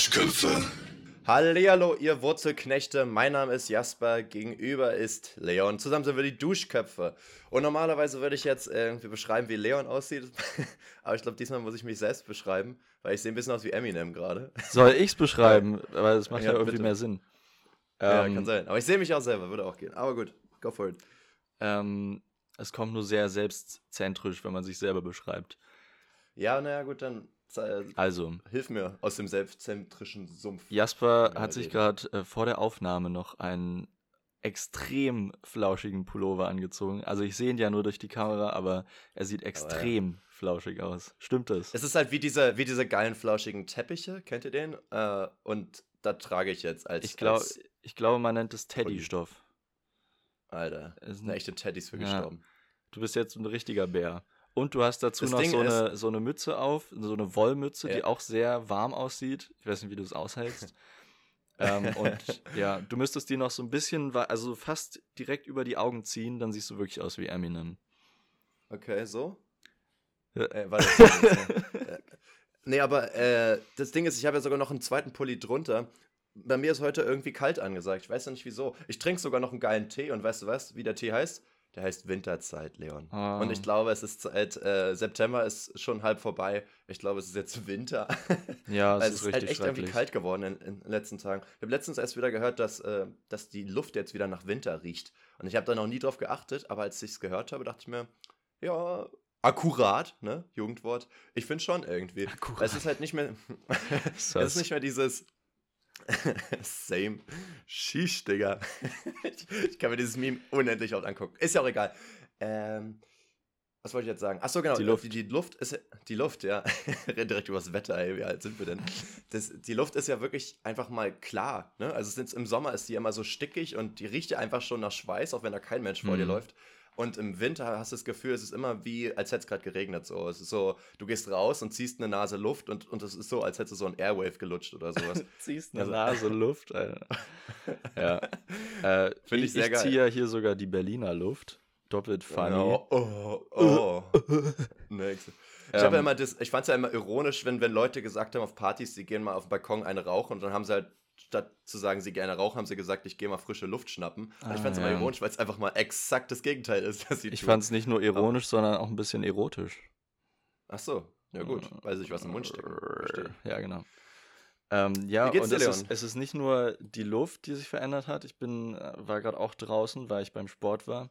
Duschköpfe. Hallihallo, ihr Wurzelknechte, mein Name ist Jasper, gegenüber ist Leon. Zusammen sind wir die Duschköpfe. Und normalerweise würde ich jetzt irgendwie beschreiben, wie Leon aussieht, aber ich glaube, diesmal muss ich mich selbst beschreiben, weil ich sehe ein bisschen aus wie Eminem gerade. Soll ich's beschreiben? Weil das macht ja irgendwie bitte. mehr Sinn. Ja, kann sein. Aber ich sehe mich auch selber, würde auch gehen. Aber gut, go for it. Es kommt nur sehr selbstzentrisch, wenn man sich selber beschreibt. Ja, naja, gut, dann Also, hilf mir aus dem selbstzentrischen Sumpf. Jasper hat sich gerade vor der Aufnahme noch einen extrem flauschigen Pullover angezogen. Also ich sehe ihn ja nur durch die Kamera, aber er sieht extrem flauschig aus. Stimmt das? Es ist halt wie diese geilen, flauschigen Teppiche, kennt ihr den? Und da trage ich jetzt als... Ich glaube, man nennt es Teddystoff. Alter, es sind echte Teddys für gestorben. Du bist jetzt ein richtiger Bär. Und du hast dazu noch so eine Mütze auf, so eine Wollmütze, die auch sehr warm aussieht. Ich weiß nicht, wie du es aushältst. Und ja, du müsstest die noch so ein bisschen, also fast direkt über die Augen ziehen, dann siehst du wirklich aus wie Eminem. Okay, so? Ja. Nee, aber das Ding ist, ich habe ja sogar noch einen zweiten Pulli drunter. Bei mir ist heute irgendwie kalt angesagt. Ich weiß noch nicht wieso. Ich trinke sogar noch einen geilen Tee und weißt du was, wie der Tee heißt? Der heißt Winterzeit, Leon. Oh. Und ich glaube, es ist Zeit, September ist schon halb vorbei. Ich glaube, es ist jetzt Winter. Ja, es ist richtig halt echt irgendwie kalt geworden in den letzten Tagen. Ich habe letztens erst wieder gehört, dass die Luft jetzt wieder nach Winter riecht. Und ich habe da noch nie drauf geachtet, aber als ich es gehört habe, dachte ich mir, ja, akkurat, ne, Jugendwort. Ich finde schon irgendwie. Akkurat. Es ist halt nicht mehr, es ist nicht mehr dieses Same. Sheesh, Digga. Ich kann mir dieses Meme unendlich oft angucken. Ist ja auch egal. Was wollte ich jetzt sagen? Achso, genau. Die Luft ist... Die Luft, ja. Reden direkt über das Wetter, ey. Wie alt sind wir denn? Die Luft ist ja wirklich einfach mal klar, ne? Also im Sommer ist die immer so stickig und die riecht ja einfach schon nach Schweiß, auch wenn da kein Mensch vor dir läuft. Und im Winter hast du das Gefühl, es ist immer wie, als hätte es gerade geregnet. So. Es ist so, du gehst raus und ziehst eine Nase Luft und es ist so, als hättest du so ein Airwave gelutscht oder sowas. Ziehst eine Nase Luft, Alter. Ja. Finde ich sehr geil. Ich ziehe ja hier sogar die Berliner Luft. Doppelt funny. Oh. Nix. Ich fand es ja immer ironisch, wenn Leute gesagt haben auf Partys, sie gehen mal auf den Balkon eine rauchen und dann haben sie halt statt zu sagen, sie gerne rauchen, haben sie gesagt, ich gehe mal frische Luft schnappen. Und ich fand es immer ironisch, weil es einfach mal exakt das Gegenteil ist, was sie tun. Ich fand es nicht nur ironisch, sondern auch ein bisschen erotisch. Ach so, ja gut, weil sich was im Mund steckt. Ja, genau. Wie geht's dir, Leon? Es ist nicht nur die Luft, die sich verändert hat. Ich war gerade auch draußen, weil ich beim Sport war.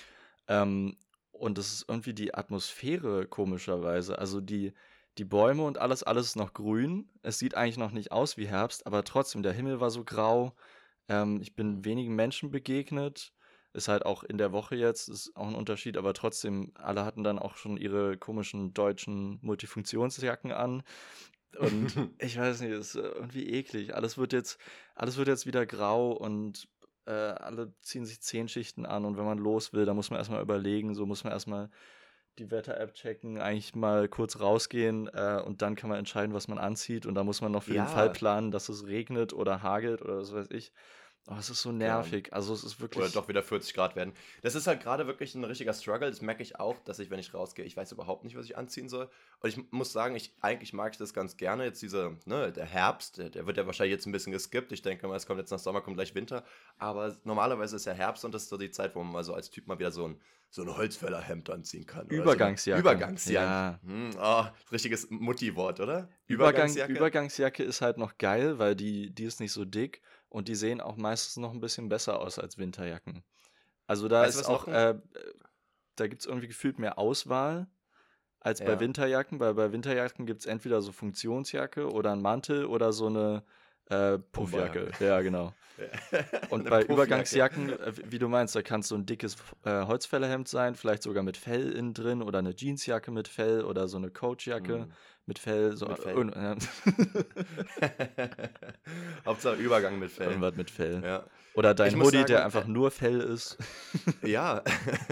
Und es ist irgendwie die Atmosphäre, komischerweise. Also die Bäume und alles ist noch grün. Es sieht eigentlich noch nicht aus wie Herbst, aber trotzdem, der Himmel war so grau. Ich bin wenigen Menschen begegnet. Ist halt auch in der Woche jetzt, ist auch ein Unterschied, aber trotzdem, alle hatten dann auch schon ihre komischen deutschen Multifunktionsjacken an. Und ich weiß nicht, es ist irgendwie eklig. Alles wird jetzt wieder grau und alle ziehen sich 10 Schichten an und wenn man los will, dann muss man erstmal überlegen, so muss man erstmal die Wetter-App checken, eigentlich mal kurz rausgehen und dann kann man entscheiden, was man anzieht und da muss man noch für den Fall planen, dass es regnet oder hagelt oder was weiß ich. Oh, es ist so nervig, also es ist wirklich... Oder doch wieder 40 Grad werden. Das ist halt gerade wirklich ein richtiger Struggle, das merke ich auch, dass ich, wenn ich rausgehe, ich weiß überhaupt nicht, was ich anziehen soll. Und ich muss sagen, eigentlich mag ich das ganz gerne, jetzt der Herbst, der wird ja wahrscheinlich jetzt ein bisschen geskippt, ich denke mal, es kommt jetzt nach Sommer, kommt gleich Winter, aber normalerweise ist ja Herbst und das ist so die Zeit, wo man mal so als Typ mal wieder so ein Holzfällerhemd anziehen kann. Übergangsjacke. Übergangsjacke. Ja. Richtiges Mutti-Wort, oder? Übergangsjacke ist halt noch geil, weil die ist nicht so dick und die sehen auch meistens noch ein bisschen besser aus als Winterjacken. Also da ist auch, da gibt es irgendwie gefühlt mehr Auswahl als bei Winterjacken, weil bei Winterjacken gibt es entweder so Funktionsjacke oder einen Mantel oder so eine Puffjacke. Ja, genau. Und bei Übergangsjacken, wie du meinst, da kann es so ein dickes Holzfällerhemd sein, vielleicht sogar mit Fell innen drin oder eine Jeansjacke mit Fell oder so eine Coachjacke mit Fell. So, Hauptsache Übergang mit Fell. Irgendwas mit Fell. Ja. Oder dein Hoodie, der einfach nur Fell ist. Ja.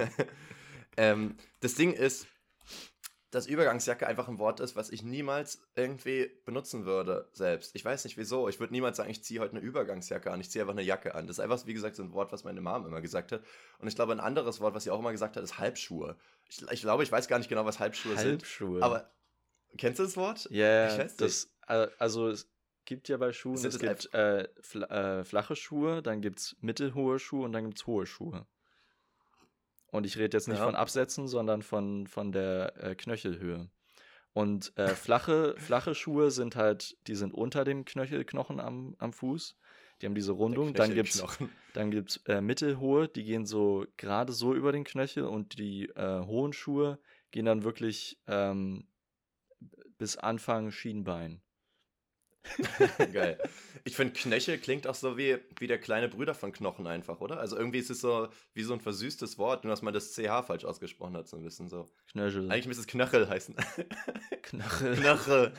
Das Ding ist, dass Übergangsjacke einfach ein Wort ist, was ich niemals irgendwie benutzen würde selbst. Ich weiß nicht wieso. Ich würde niemals sagen, ich ziehe heute eine Übergangsjacke an. Ich ziehe einfach eine Jacke an. Das ist einfach, wie gesagt, so ein Wort, was meine Mom immer gesagt hat. Und ich glaube, ein anderes Wort, was sie auch immer gesagt hat, ist Halbschuhe. Ich glaube, ich weiß gar nicht genau, was Halbschuhe sind. Halbschuhe. Aber kennst du das Wort? Ja, yeah, also gibt ja bei Schuhen, es gibt flache Schuhe, dann gibt es mittelhohe Schuhe und dann gibt es hohe Schuhe. Und ich rede jetzt nicht von Absätzen, sondern von der Knöchelhöhe. Und flache Schuhe sind halt, die sind unter dem Knöchelknochen am Fuß. Die haben diese Rundung. Dann gibt's mittelhohe, die gehen so gerade so über den Knöchel, und die hohen Schuhe gehen dann wirklich bis Anfang Schienbein. Geil. Ich finde, Knöchel klingt auch so wie der kleine Bruder von Knochen einfach, oder? Also irgendwie ist es so wie so ein versüßtes Wort, nur dass man das CH falsch ausgesprochen hat, so ein bisschen so. Knöchel. Eigentlich müsste es Knöchel heißen. Knöchel.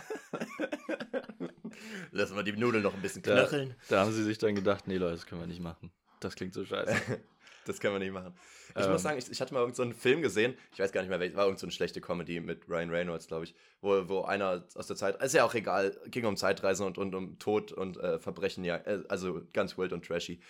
Lassen wir die Nudeln noch ein bisschen knöcheln. Da haben sie sich dann gedacht, nee Leute, das können wir nicht machen. Das klingt so scheiße. Das können wir nicht machen. Ich muss sagen, ich hatte mal irgend so einen Film gesehen, ich weiß gar nicht mehr welcher, war irgend so eine schlechte Comedy mit Ryan Reynolds, glaube ich, wo einer aus der Zeit, ist ja auch egal, ging um Zeitreisen und um Tod und Verbrechen, ja, also ganz wild und trashy.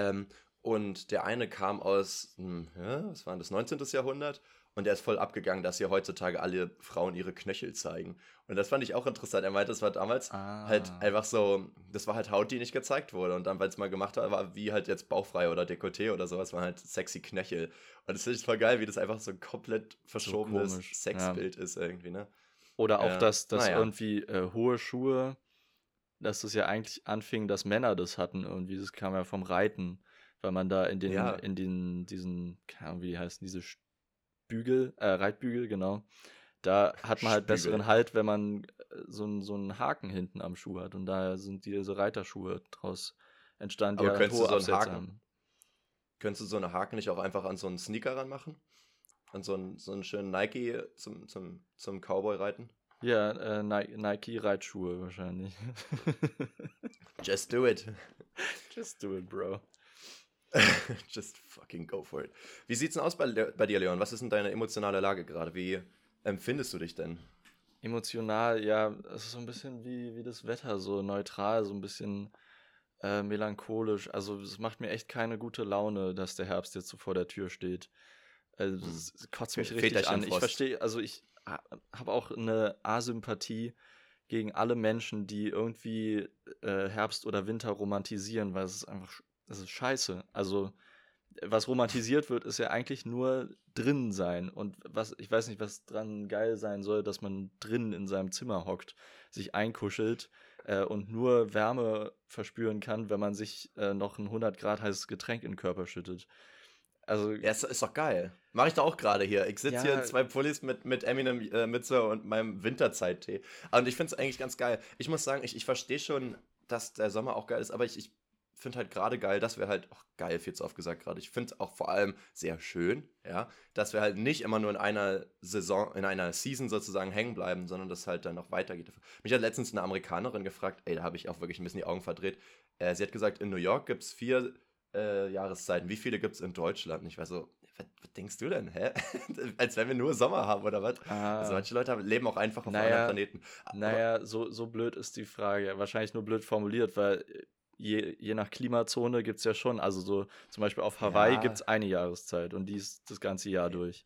Und der eine kam aus, was war das, 19. Jahrhundert? Und der ist voll abgegangen, dass hier heutzutage alle Frauen ihre Knöchel zeigen. Und das fand ich auch interessant. Er meinte, das war damals halt einfach so, das war halt Haut, die nicht gezeigt wurde. Und dann, weil es mal gemacht hat, war wie halt jetzt bauchfrei oder Dekolleté oder sowas, waren halt sexy Knöchel. Und das finde ich voll geil, wie das einfach so ein komplett verschobenes so Sexbild ist irgendwie, ne? Oder auch, dass irgendwie hohe Schuhe, dass das ja eigentlich anfing, dass Männer das hatten irgendwie. Das kam ja vom Reiten, weil man da in diesen, keine Ahnung, wie die heißen, diese Reitbügel, genau. Da hat man halt besseren Halt, wenn man so einen Haken hinten am Schuh hat. Und daher sind diese Reiterschuhe draus entstanden, die aber halt hohe Absätze haben. Könntest du so einen Haken nicht auch einfach an so einen Sneaker ranmachen? An so einen schönen Nike zum Cowboy-Reiten? Ja, Nike-Reitschuhe wahrscheinlich. Just do it. Just do it, bro. Just fucking go for it. Wie sieht's denn aus bei dir, Leon? Was ist denn deine emotionale Lage gerade? Wie empfindest du dich denn? Emotional, ja, es ist so ein bisschen wie das Wetter, so neutral, so ein bisschen melancholisch. Also es macht mir echt keine gute Laune, dass der Herbst jetzt so vor der Tür steht. Also es kotzt mich richtig an. Ich verstehe, also ich habe auch eine Asympathie gegen alle Menschen, die irgendwie Herbst oder Winter romantisieren, weil es ist scheiße. Also was romantisiert wird, ist ja eigentlich nur drinnen sein. Und ich weiß nicht, was dran geil sein soll, dass man drinnen in seinem Zimmer hockt, sich einkuschelt und nur Wärme verspüren kann, wenn man sich noch ein 100 Grad heißes Getränk in den Körper schüttet. Also, ja, ist doch geil. Mache ich doch auch gerade hier. Ich sitze hier in 2 Pullis mit Eminem-Mütze und meinem Winterzeit-Tee. Und ich finde es eigentlich ganz geil. Ich muss sagen, ich verstehe schon, dass der Sommer auch geil ist, aber ich finde halt gerade geil, dass wir halt, geil, viel zu oft gesagt gerade, ich finde es auch vor allem sehr schön, ja, dass wir halt nicht immer nur in einer Saison, in einer Season sozusagen hängen bleiben, sondern dass halt dann noch weitergeht. Mich hat letztens eine Amerikanerin gefragt, da habe ich auch wirklich ein bisschen die Augen verdreht. Sie hat gesagt, in New York gibt es 4 Jahreszeiten. Wie viele gibt es in Deutschland? Und ich war so, was denkst du denn, hä? Als wenn wir nur Sommer haben, oder was? Also manche Leute leben auch einfach auf anderen Planeten. Naja, so blöd ist die Frage. Wahrscheinlich nur blöd formuliert, weil je nach Klimazone gibt es ja schon, also so zum Beispiel auf Hawaii gibt es eine Jahreszeit und die ist das ganze Jahr durch.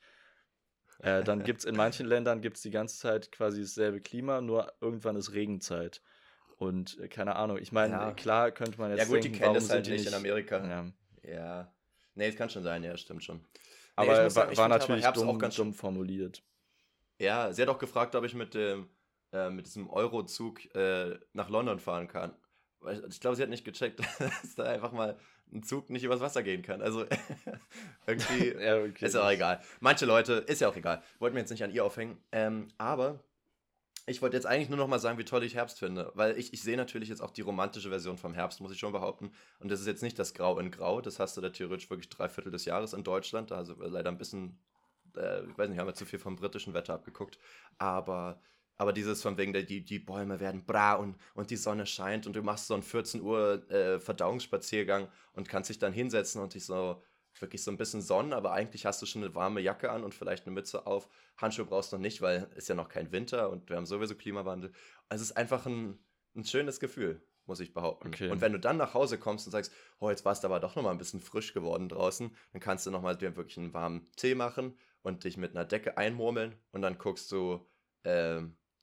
Dann gibt es in manchen Ländern die ganze Zeit quasi dasselbe Klima, nur irgendwann ist Regenzeit. Und keine Ahnung, ich meine, klar könnte man jetzt denken, die kennen das halt nicht in Amerika. Ja. Nee, es kann schon sein, ja, stimmt schon. Aber war natürlich dumm formuliert. Ja, sie hat auch gefragt, ob ich mit diesem Eurozug nach London fahren kann. Ich glaube, sie hat nicht gecheckt, dass da einfach mal ein Zug nicht übers Wasser gehen kann. Also irgendwie ist ja auch egal. Manche Leute, ist ja auch egal. Wollten wir jetzt nicht an ihr aufhängen. Aber ich wollte jetzt eigentlich nur noch mal sagen, wie toll ich Herbst finde. Weil ich sehe natürlich jetzt auch die romantische Version vom Herbst, muss ich schon behaupten. Und das ist jetzt nicht das Grau in Grau. Das hast du da theoretisch wirklich 3/4 des Jahres in Deutschland. Also leider ein bisschen, ich weiß nicht, haben wir zu viel vom britischen Wetter abgeguckt. Aber dieses von wegen, die Bäume werden braun und die Sonne scheint und du machst so einen 14 Uhr Verdauungsspaziergang und kannst dich dann hinsetzen und dich so wirklich so ein bisschen sonnen, aber eigentlich hast du schon eine warme Jacke an und vielleicht eine Mütze auf. Handschuhe brauchst du noch nicht, weil es ja noch kein Winter und wir haben sowieso Klimawandel. Also es ist einfach ein schönes Gefühl, muss ich behaupten. Okay. Und wenn du dann nach Hause kommst und sagst, jetzt war es aber doch nochmal ein bisschen frisch geworden draußen, dann kannst du nochmal dir wirklich einen warmen Tee machen und dich mit einer Decke einmurmeln und dann guckst du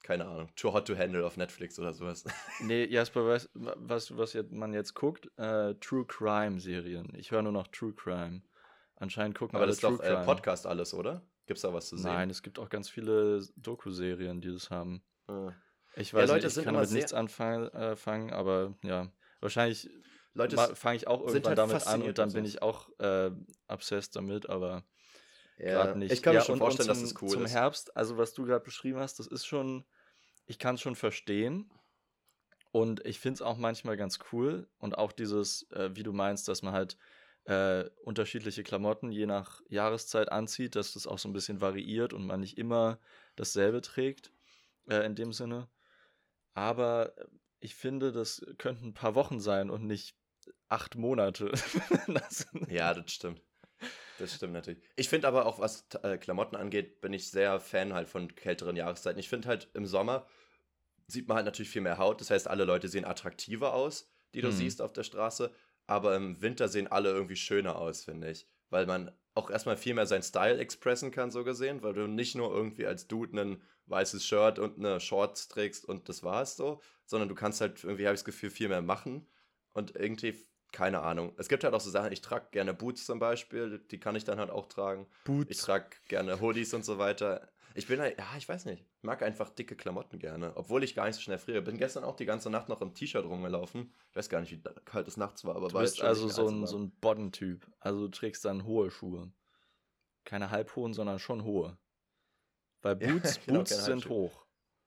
keine Ahnung, Too Hot to Handle auf Netflix oder sowas. Nee, Jasper, was man jetzt guckt? True Crime-Serien. Ich höre nur noch True Crime. Anscheinend gucken Aber alle das ist True doch Crime. Podcast alles, oder? Gibt's da was zu sehen? Nein, es gibt auch ganz viele Doku-Serien, die das haben. Ah. Ich Ja, weiß Leute nicht, ich sind kann immer damit nichts anfangen, aber ja, wahrscheinlich Leute fange ich auch sind irgendwann halt damit an fasziniert und dann von bin sowas. ich auch obsessed damit, aber Ja, gerade nicht. ich kann mir Ja, schon und vorstellen, dass zum, es cool zum ist. Herbst, also was du gerade beschrieben hast, das ist schon, ich kann es schon verstehen und ich finde es auch manchmal ganz cool und auch dieses, wie du meinst, dass man halt unterschiedliche Klamotten je nach Jahreszeit anzieht, dass das auch so ein bisschen variiert und man nicht immer dasselbe trägt, in dem Sinne. Aber ich finde, das könnten ein paar Wochen sein und nicht 8 Monate. Ja, das stimmt. Das stimmt natürlich. Ich finde aber auch, was Klamotten angeht, bin ich sehr Fan halt von kälteren Jahreszeiten. Ich finde halt im Sommer sieht man halt natürlich viel mehr Haut. Das heißt, alle Leute sehen attraktiver aus, die du siehst auf der Straße. Aber im Winter sehen alle irgendwie schöner aus, finde ich. Weil man auch erstmal viel mehr seinen Style expressen kann, so gesehen. Weil du nicht nur irgendwie als Dude ein weißes Shirt und eine Shorts trägst und das war's so. Sondern du kannst halt irgendwie, habe ich das Gefühl, viel mehr machen. Und irgendwie, keine Ahnung. Es gibt halt auch so Sachen, ich trage gerne Boots zum Beispiel. Die kann ich dann halt auch tragen. Ich Boots. trage gerne Hoodies und so weiter. Ich bin halt, ja, ich weiß nicht. Ich mag einfach dicke Klamotten gerne. Obwohl ich gar nicht so schnell friere. Bin gestern auch die ganze Nacht noch im T-Shirt rumgelaufen. Ich weiß gar nicht, wie kalt es nachts war, aber Du war jetzt bist schon also nicht mehr so allzu so warm. ein Bodden-Typ. Also du trägst dann hohe Schuhe. Keine halbhohen, sondern schon hohe. Weil Ja, Boots, genau, Boots keine sind Halbschuhe. hoch.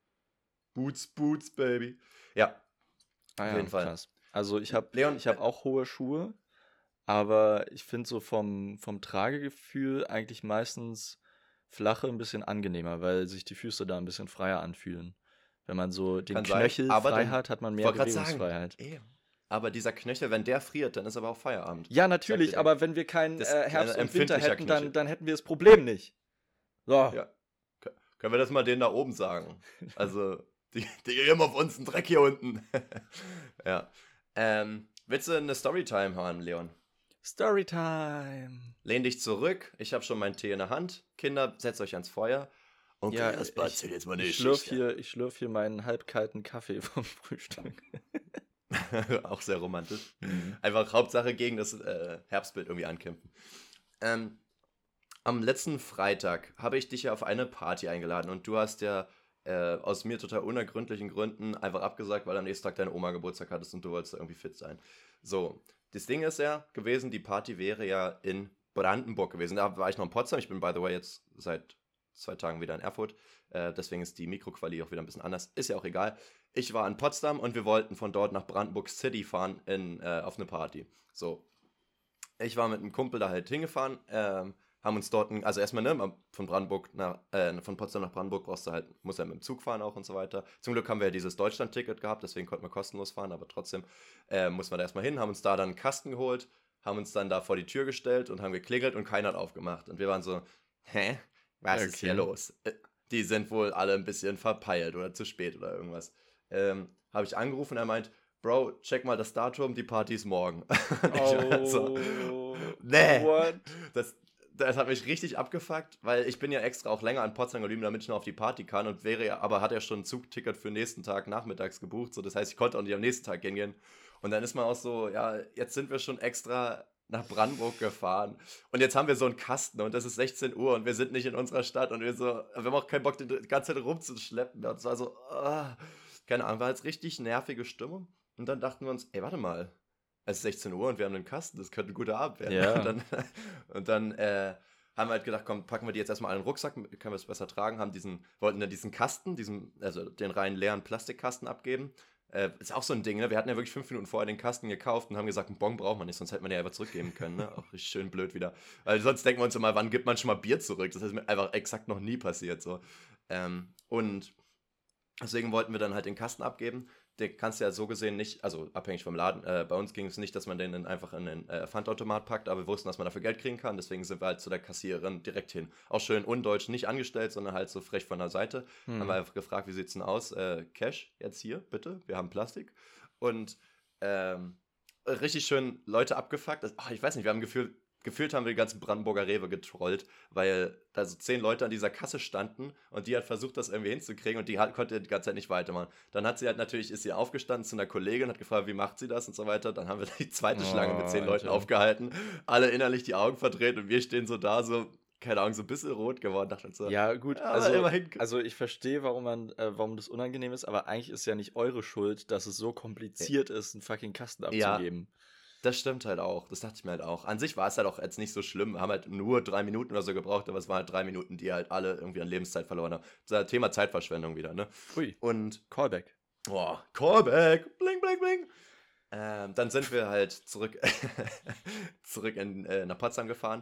Boots, Baby. Ja, Ah auf ja, jeden Fall. krass. Also ich habe Leon, ich hab auch hohe Schuhe, aber ich finde so vom Tragegefühl eigentlich meistens flache ein bisschen angenehmer, weil sich die Füße da ein bisschen freier anfühlen. Wenn man so den kann sein, Knöchel aber frei dann, hat, hat man ich mehr wollte gerade sagen, Bewegungsfreiheit. aber dieser Knöchel, wenn der friert, dann ist aber auch Feierabend. Ja, Ich sag dir, natürlich, aber wenn wir keinen das ist ein Herbst und Winter empfindlicher hätten, Knöchel. dann hätten wir das Problem nicht. So. Ja. Können wir das mal denen da oben sagen? Also, die geben auf uns einen Dreck hier unten. Ja. Willst du eine Storytime hören, Leon? Storytime. Lehn dich zurück. Ich habe schon meinen Tee in der Hand. Kinder, setzt euch ans Feuer. Und Ja, Jasper erzählt jetzt mal eine ich schlürf Geschichte. hier, ich schlürf hier meinen halbkalten Kaffee vom Frühstück. Auch sehr romantisch. Mhm. Einfach Hauptsache gegen das Herbstbild irgendwie ankämpfen. Am letzten Freitag habe ich dich ja auf eine Party eingeladen und du hast ja aus mir total unergründlichen Gründen einfach abgesagt, weil am nächsten Tag deine Oma Geburtstag hattest und du wolltest da irgendwie fit sein. So, das Ding ist ja gewesen, die Party wäre ja in Brandenburg gewesen. Da war ich noch in Potsdam. Ich bin, by the way, jetzt seit 2 Tagen wieder in Erfurt. Deswegen ist die Mikroqualität auch wieder ein bisschen anders. Ist ja auch egal. Ich war in Potsdam und wir wollten von dort nach Brandenburg City fahren auf eine Party. So, ich war mit einem Kumpel da halt hingefahren, haben uns dort, also erstmal, ne, von Potsdam nach Brandenburg musst du halt mit dem Zug fahren auch und so weiter. Zum Glück haben wir ja dieses Deutschland-Ticket gehabt, deswegen konnten wir kostenlos fahren, aber trotzdem mussten wir da erstmal hin, haben uns da dann einen Kasten geholt, haben uns dann da vor die Tür gestellt und haben geklingelt und keiner hat aufgemacht. Und wir waren so, hä? Was ist hier los? Die sind wohl alle ein bisschen verpeilt oder zu spät oder irgendwas. Habe ich angerufen und er meint, Bro, check mal das Datum, die Party ist morgen. Und ich war so, nee. What? Das hat mich richtig abgefuckt, weil ich bin ja extra auch länger in Potsdam geblieben, damit ich noch auf die Party kann und hat ja schon ein Zugticket für den nächsten Tag nachmittags gebucht, so das heißt, ich konnte auch nicht am nächsten Tag gehen. Und dann ist man auch so, ja, jetzt sind wir schon extra nach Brandenburg gefahren und jetzt haben wir so einen Kasten und das ist 16 Uhr und wir sind nicht in unserer Stadt und wir haben auch keinen Bock, die ganze Zeit rumzuschleppen. Und es war so, keine Ahnung, war jetzt richtig nervige Stimmung. Und dann dachten wir uns, ey, warte mal, es ist 16 Uhr und wir haben einen Kasten, das könnte ein guter Abend werden. Ja. Und dann haben wir halt gedacht, komm, packen wir die jetzt erstmal in den Rucksack, können wir es besser tragen, wollten dann diesen Kasten, also den reinen leeren Plastikkasten abgeben. Ist auch so ein Ding, ne? Wir hatten ja wirklich 5 Minuten vorher den Kasten gekauft und haben gesagt, einen Bon braucht man nicht, sonst hätte man den einfach zurückgeben können, ne? Auch richtig schön blöd wieder. Weil sonst denken wir uns immer, wann gibt man schon mal Bier zurück? Das ist mir einfach exakt noch nie passiert, so. Und deswegen wollten wir dann halt den Kasten abgeben. Den kannst du ja so gesehen nicht, also abhängig vom Laden, bei uns ging es nicht, dass man den dann einfach in den Pfandautomat packt, aber wir wussten, dass man dafür Geld kriegen kann, deswegen sind wir halt zu der Kassiererin direkt hin. Auch schön undeutsch, nicht angestellt, sondern halt so frech von der Seite. Haben wir einfach gefragt, wie sieht's denn aus? Cash, jetzt hier, bitte, wir haben Plastik. Und richtig schön Leute abgefuckt. Ich weiß nicht, wir haben Gefühl, gefühlt haben wir die ganzen Brandenburger Rewe getrollt, weil da so 10 Leute an dieser Kasse standen und die hat versucht, das irgendwie hinzukriegen und konnte die ganze Zeit nicht weitermachen. Dann hat sie halt natürlich, ist sie aufgestanden zu einer Kollegin, hat gefragt, wie macht sie das und so weiter. Dann haben wir die zweite Schlange mit 10 Leuten aufgehalten, alle innerlich die Augen verdreht und wir stehen so da, so, keine Ahnung, so ein bisschen rot geworden. Dachte so, Ja, gut, ja, aber immerhin. also ich verstehe, warum das unangenehm ist, aber eigentlich ist ja nicht eure Schuld, dass es so kompliziert ist, einen fucking Kasten abzugeben. Das stimmt halt auch. Das dachte ich mir halt auch. An sich war es halt auch jetzt nicht so schlimm. Wir haben halt nur 3 Minuten oder so gebraucht, aber es waren halt 3 Minuten, die halt alle irgendwie an Lebenszeit verloren haben. Das Thema Zeitverschwendung wieder, ne? Ui. Und Callback. boah, Callback! Bling, bling, bling! Dann sind wir halt zurück nach Potsdam gefahren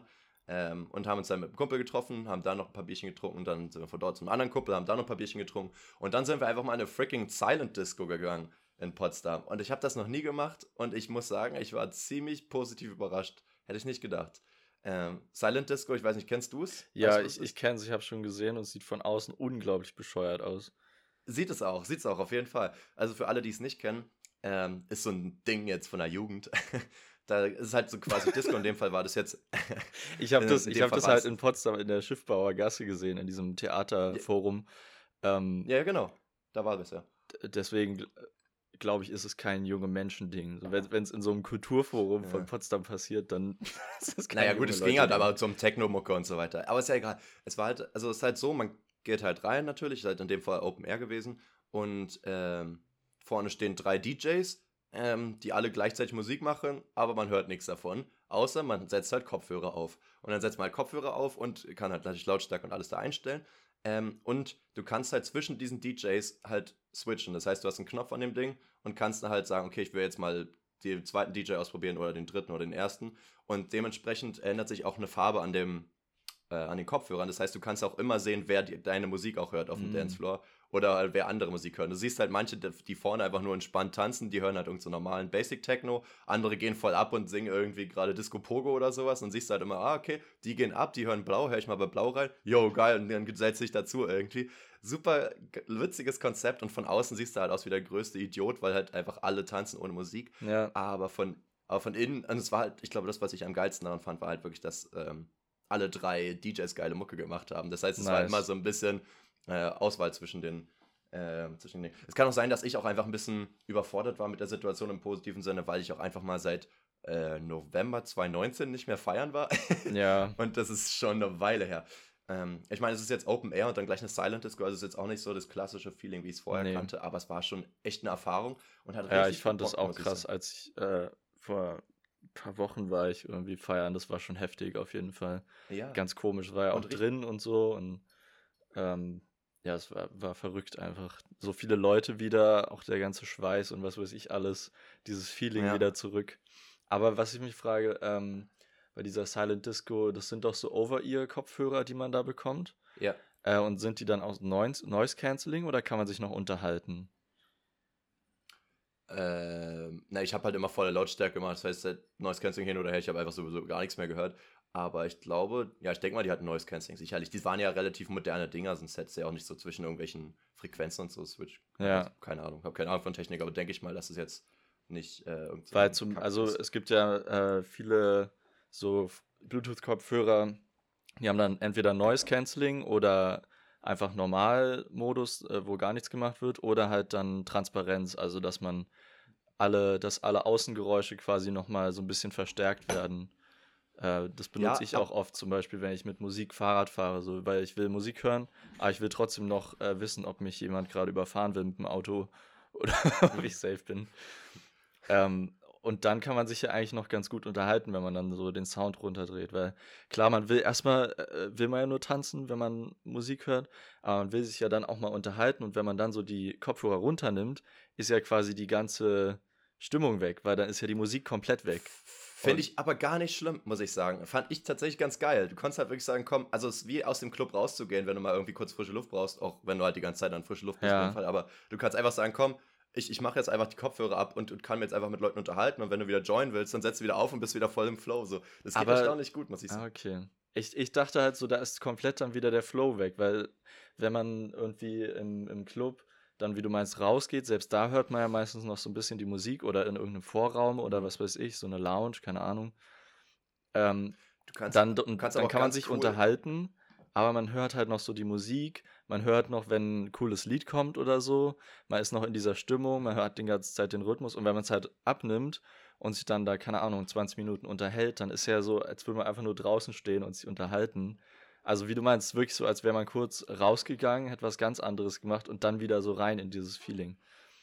und haben uns dann mit einem Kumpel getroffen, haben da noch ein paar Bierchen getrunken, dann sind wir von dort zum anderen Kumpel, haben da noch ein paar Bierchen getrunken und dann sind wir einfach mal in eine freaking Silent Disco gegangen in Potsdam. Und ich habe das noch nie gemacht und ich muss sagen, ich war ziemlich positiv überrascht. Hätte ich nicht gedacht. Silent Disco, ich weiß nicht, kennst du es? Ja, ich kenne es, ich habe es schon gesehen und es sieht von außen unglaublich bescheuert aus. Sieht es auch, auf jeden Fall. Also für alle, die es nicht kennen, ist so ein Ding jetzt von der Jugend. Da ist halt so quasi Disco, in dem Fall war das jetzt. Ich habe das halt in Potsdam in der Schiffbauer Gasse gesehen, in diesem Theaterforum. Ja, genau, da war das ja. Deswegen glaube ich, ist es kein junge Menschen-Ding. Wenn es in so einem Kulturforum von Potsdam passiert, dann ist es kein Naja gut, es ging halt aber zum Techno-Mucke und so weiter. Aber ist ja egal. Es war halt, also es ist halt so, man geht halt rein natürlich, ist halt in dem Fall Open Air gewesen und vorne stehen 3 DJs, die alle gleichzeitig Musik machen, aber man hört nichts davon, außer man setzt halt Kopfhörer auf. Und dann setzt man halt Kopfhörer auf und kann halt natürlich Lautstärke und alles da einstellen. Und du kannst halt zwischen diesen DJs halt switchen. Das heißt, du hast einen Knopf an dem Ding und kannst dann halt sagen, okay, ich will jetzt mal den zweiten DJ ausprobieren oder den dritten oder den ersten. Und dementsprechend ändert sich auch eine Farbe an den Kopfhörern. Das heißt, du kannst auch immer sehen, wer deine Musik auch hört auf dem Dancefloor oder halt wer andere Musik hört. Du siehst halt manche, die vorne einfach nur entspannt tanzen, die hören halt irgend so normalen Basic-Techno. Andere gehen voll ab und singen irgendwie gerade Disco Pogo oder sowas. Und siehst halt immer, okay, die gehen ab, die hören Blau, höre ich mal bei Blau rein. Yo, geil, und dann gesellt sich dazu irgendwie. Super witziges Konzept und von außen siehst du halt aus wie der größte Idiot, weil halt einfach alle tanzen ohne Musik. Ja. Aber von innen, und es war halt, ich glaube, das, was ich am geilsten daran fand, war halt wirklich, dass alle 3 DJs geile Mucke gemacht haben. Das heißt, es war immer so ein bisschen Auswahl zwischen den Dingen. Es kann auch sein, dass ich auch einfach ein bisschen überfordert war mit der Situation im positiven Sinne, weil ich auch einfach mal seit November 2019 nicht mehr feiern war. Ja. Und das ist schon eine Weile her. Ich meine, es ist jetzt Open Air und dann gleich eine Silent Disco, also es ist jetzt auch nicht so das klassische Feeling, wie ich es vorher kannte, aber es war schon echt eine Erfahrung und hat richtig ich fand Bock, das auch krass, als ich vor ein paar Wochen war ich irgendwie feiern, das war schon heftig auf jeden Fall. Ja. Ganz komisch, war ja auch drin und so und ja, es war verrückt einfach. So viele Leute wieder, auch der ganze Schweiß und was weiß ich alles, dieses Feeling wieder zurück. Aber was ich mich frage, bei dieser Silent Disco, das sind doch so Over-Ear-Kopfhörer, die man da bekommt. Ja. Und sind die dann auch Noise Cancelling oder kann man sich noch unterhalten? Ich habe halt immer volle Lautstärke gemacht, das heißt, Noise Cancelling hin oder her, ich habe einfach sowieso gar nichts mehr gehört. Aber ich glaube, ich denke mal, die hatten Noise Cancelling sicherlich. Die waren ja relativ moderne Dinger, sonst hättest du ja auch nicht so zwischen irgendwelchen Frequenzen und so Switch. Ja. Also, keine Ahnung, habe keine Ahnung von Technik, aber denke ich mal, dass es jetzt nicht Weil es gibt ja viele so Bluetooth-Kopfhörer, die haben dann entweder Noise Cancelling oder einfach Normalmodus, wo gar nichts gemacht wird, oder halt dann Transparenz, also dass alle Außengeräusche quasi nochmal so ein bisschen verstärkt werden. Das benutze ich auch oft, zum Beispiel, wenn ich mit Musik Fahrrad fahre, so, weil ich will Musik hören, aber ich will trotzdem noch wissen, ob mich jemand gerade überfahren will mit dem Auto oder ob ich safe bin. Und dann kann man sich ja eigentlich noch ganz gut unterhalten, wenn man dann so den Sound runterdreht, weil klar, man will will man ja nur tanzen, wenn man Musik hört, aber man will sich ja dann auch mal unterhalten und wenn man dann so die Kopfhörer runternimmt, ist ja quasi die ganze Stimmung weg, weil dann ist ja die Musik komplett weg. Finde ich aber gar nicht schlimm, muss ich sagen. Fand ich tatsächlich ganz geil. Du konntest halt wirklich sagen, komm, also es ist wie aus dem Club rauszugehen, wenn du mal irgendwie kurz frische Luft brauchst, auch wenn du halt die ganze Zeit an frische Luft bist, auf jeden Fall, aber du kannst einfach sagen, komm, ich mache jetzt einfach die Kopfhörer ab und kann mir jetzt einfach mit Leuten unterhalten und wenn du wieder joinen willst, dann setzt du wieder auf und bist wieder voll im Flow. So. Das geht erstaunlich gut, muss ich sagen. Okay. Ich dachte halt so, da ist komplett dann wieder der Flow weg, weil wenn man irgendwie im Club dann, wie du meinst, rausgeht, selbst da hört man ja meistens noch so ein bisschen die Musik oder in irgendeinem Vorraum oder was weiß ich, so eine Lounge, keine Ahnung. Dann kannst kann aber auch man ganz sich cool. unterhalten, aber man hört halt noch so die Musik, man hört noch, wenn ein cooles Lied kommt oder so, man ist noch in dieser Stimmung, man hört die ganze Zeit den Rhythmus und wenn man es halt abnimmt und sich dann da, keine Ahnung, 20 Minuten unterhält, dann ist ja so, als würde man einfach nur draußen stehen und sich unterhalten. Also wie du meinst, wirklich so, als wäre man kurz rausgegangen, hätte was ganz anderes gemacht und dann wieder so rein in dieses Feeling.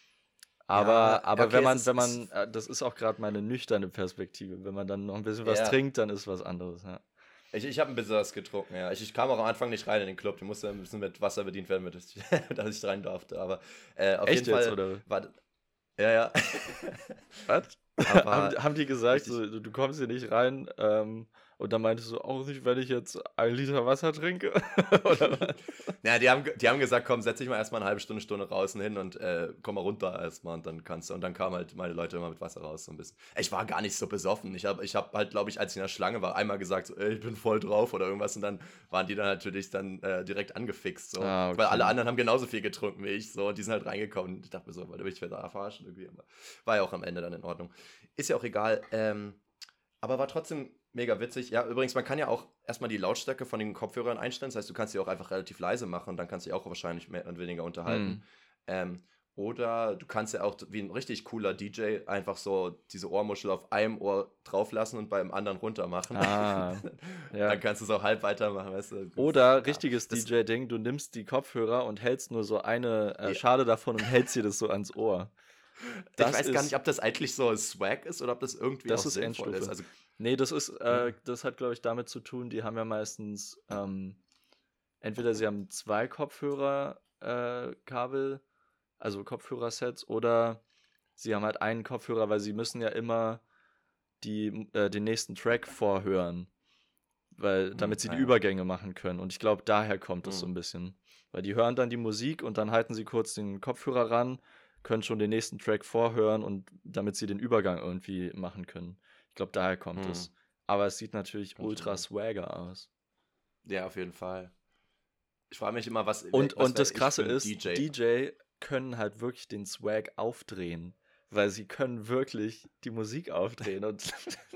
Ja, Aber okay, wenn man, das ist auch gerade meine nüchterne Perspektive, wenn man dann noch ein bisschen was ja. trinkt, dann ist was anderes, ja. Ich habe ein bisschen was getrunken, ja. Ich kam auch am Anfang nicht rein in den Club. Die musste ein bisschen mit Wasser bedient werden, dass ich rein durfte. Aber auf Echt jeden jetzt, Fall oder? war. Ja, ja. Was? Aber Haben die gesagt, richtig. so, du kommst hier nicht rein, und dann meintest du auch nicht, wenn ich jetzt 1 Liter Wasser trinke? Oder was? Ja, die haben gesagt, komm, setz dich mal erstmal eine halbe Stunde draußen hin und komm mal runter erstmal und dann kannst du. Und dann kamen halt meine Leute immer mit Wasser raus, so ein bisschen. Ich war gar nicht so besoffen. Ich hab halt, glaube ich, als ich in der Schlange war, einmal gesagt, so, ey, ich bin voll drauf oder irgendwas und dann waren die dann natürlich dann direkt angefixt, so. Ah, Weil alle okay. anderen haben genauso viel getrunken wie ich, so, und die sind halt reingekommen. Und ich dachte mir so, weil ich werde verarschen irgendwie. Aber war ja auch am Ende dann in Ordnung. Ist ja auch egal. Aber war trotzdem mega witzig. Ja, übrigens, man kann ja auch erstmal die Lautstärke von den Kopfhörern einstellen. Das heißt, du kannst sie auch einfach relativ leise machen und dann kannst du dich auch wahrscheinlich mehr und weniger unterhalten. Hm. Oder du kannst ja auch wie ein richtig cooler DJ einfach so diese Ohrmuschel auf einem Ohr drauflassen und beim anderen runter machen. Ah, ja. Dann kannst du es auch halb weitermachen, weißt du. Oder Ja, richtiges das, DJ-Ding, du nimmst die Kopfhörer und hältst nur so eine ja, Schale davon und hältst dir das so ans Ohr. ich Das weiß gar nicht, ist, ob das eigentlich so Swag ist oder ob das irgendwie auch das ist sinnvoll ist. Endstufe. Also, Nee, ja. das hat, glaube ich, damit zu tun, die haben ja meistens, entweder sie haben 2 Kopfhörer, Kabel, also Kopfhörersets, oder sie haben halt einen Kopfhörer, weil sie müssen ja immer den nächsten Track vorhören, damit sie die Naja. Übergänge machen können. Und ich glaube, daher kommt es so Hm. ein bisschen. Weil die hören dann die Musik und dann halten sie kurz den Kopfhörer ran, können schon den nächsten Track vorhören und damit sie den Übergang irgendwie machen können. Ich glaube, daher kommt Hm. es. Aber es sieht natürlich Kann schon ultra sein. swagger aus. Ja, auf jeden Fall. Ich frage mich immer, Und was wäre das ich Krasse für ein ist, DJ? DJ können halt wirklich den Swag aufdrehen. Weil sie können wirklich die Musik aufdrehen. Und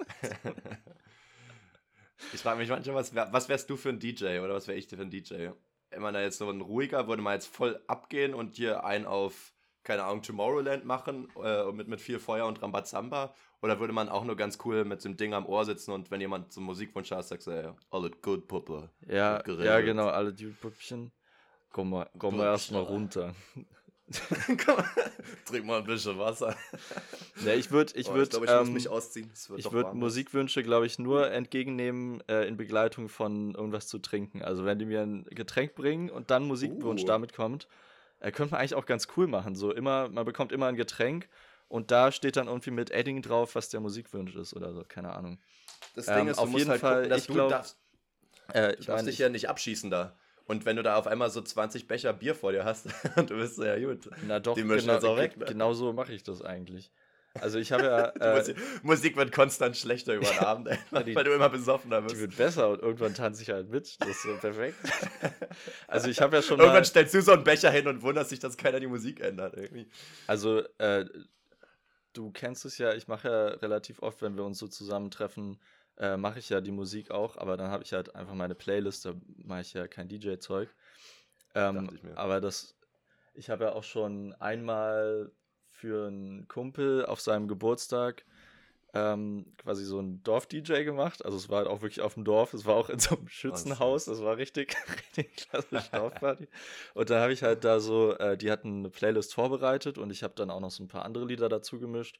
Ich frage mich manchmal, was wärst du für ein DJ oder was wäre ich für ein DJ? Wenn man da jetzt so ein ruhiger, würde man jetzt voll abgehen und hier einen auf, keine Ahnung, Tomorrowland machen mit viel Feuer und Rambazamba? Oder würde man auch nur ganz cool mit dem Ding am Ohr sitzen und wenn jemand so einen Musikwunsch hat, sagst du, ja, alles gut, Puppe, ja, wird geregelt. genau, alle die Püppchen. Komm mal erstmal runter. Komm, trink mal ein bisschen Wasser. Ja, ich würde Ich glaube, ich muss mich ausziehen. Es wird ich doch würd warm. Musikwünsche, glaube ich, nur entgegennehmen in Begleitung von irgendwas zu trinken. Also wenn die mir ein Getränk bringen und dann Musikwunsch damit kommt, könnte man eigentlich auch ganz cool machen. So immer, man bekommt immer ein Getränk und da steht dann irgendwie mit Edding drauf, was der Musikwunsch ist oder so, keine Ahnung. Das Ding ist, du Auf musst jeden halt Fall, gucken, dass ich du glaube, darfst. Du darfst dich ja nicht abschießen da. Und wenn du da auf einmal so 20 Becher Bier vor dir hast, und du bist so, ja gut, na doch, die mischen jetzt auch weg. Ne? genau so mache ich das eigentlich. Also ich habe ja, Die Musik wird konstant schlechter über den Abend, weil du immer besoffener die wirst. wird besser und irgendwann tanze ich halt mit. Das ist so perfekt. Also ich habe ja schon Irgendwann mal, stellst du so einen Becher hin und wunderst dich, dass keiner die Musik ändert. Irgendwie. also du kennst es ja, ich mache ja relativ oft, wenn wir uns so zusammentreffen, mache ich ja die Musik auch, aber dann habe ich halt einfach meine Playlist, da mache ich ja kein DJ-Zeug. Dachte ich mir. Aber ich habe ja auch schon einmal für einen Kumpel auf seinem Geburtstag quasi so ein Dorf-DJ gemacht. Also es war halt auch wirklich auf dem Dorf, es war auch in so einem Schützenhaus, das war richtig, richtig klasse Dorfparty. Und da habe ich halt da so, die hatten eine Playlist vorbereitet und ich habe dann auch noch so ein paar andere Lieder dazu gemischt.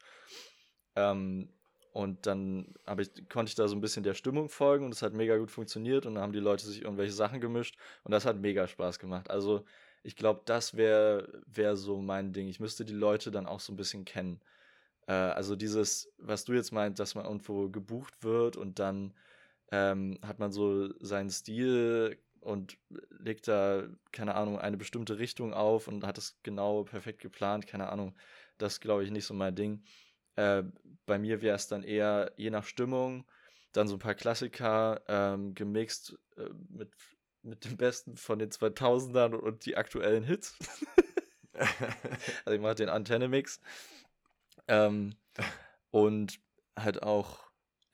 Und dann konnte ich da so ein bisschen der Stimmung folgen und es hat mega gut funktioniert und dann haben die Leute sich irgendwelche Sachen gemischt und das hat mega Spaß gemacht. Also ich glaube, das wär so mein Ding. Ich müsste die Leute dann auch so ein bisschen kennen. Also dieses, was du jetzt meint, dass man irgendwo gebucht wird und dann hat man so seinen Stil und legt da, keine Ahnung, eine bestimmte Richtung auf und hat es genau perfekt geplant, keine Ahnung. Das ist, glaube ich, nicht so mein Ding. Bei mir wäre es dann eher je nach Stimmung, dann so ein paar Klassiker gemixt mit dem Besten von den 2000ern und die aktuellen Hits. Also ich mache den Antenne-Mix. Und halt auch,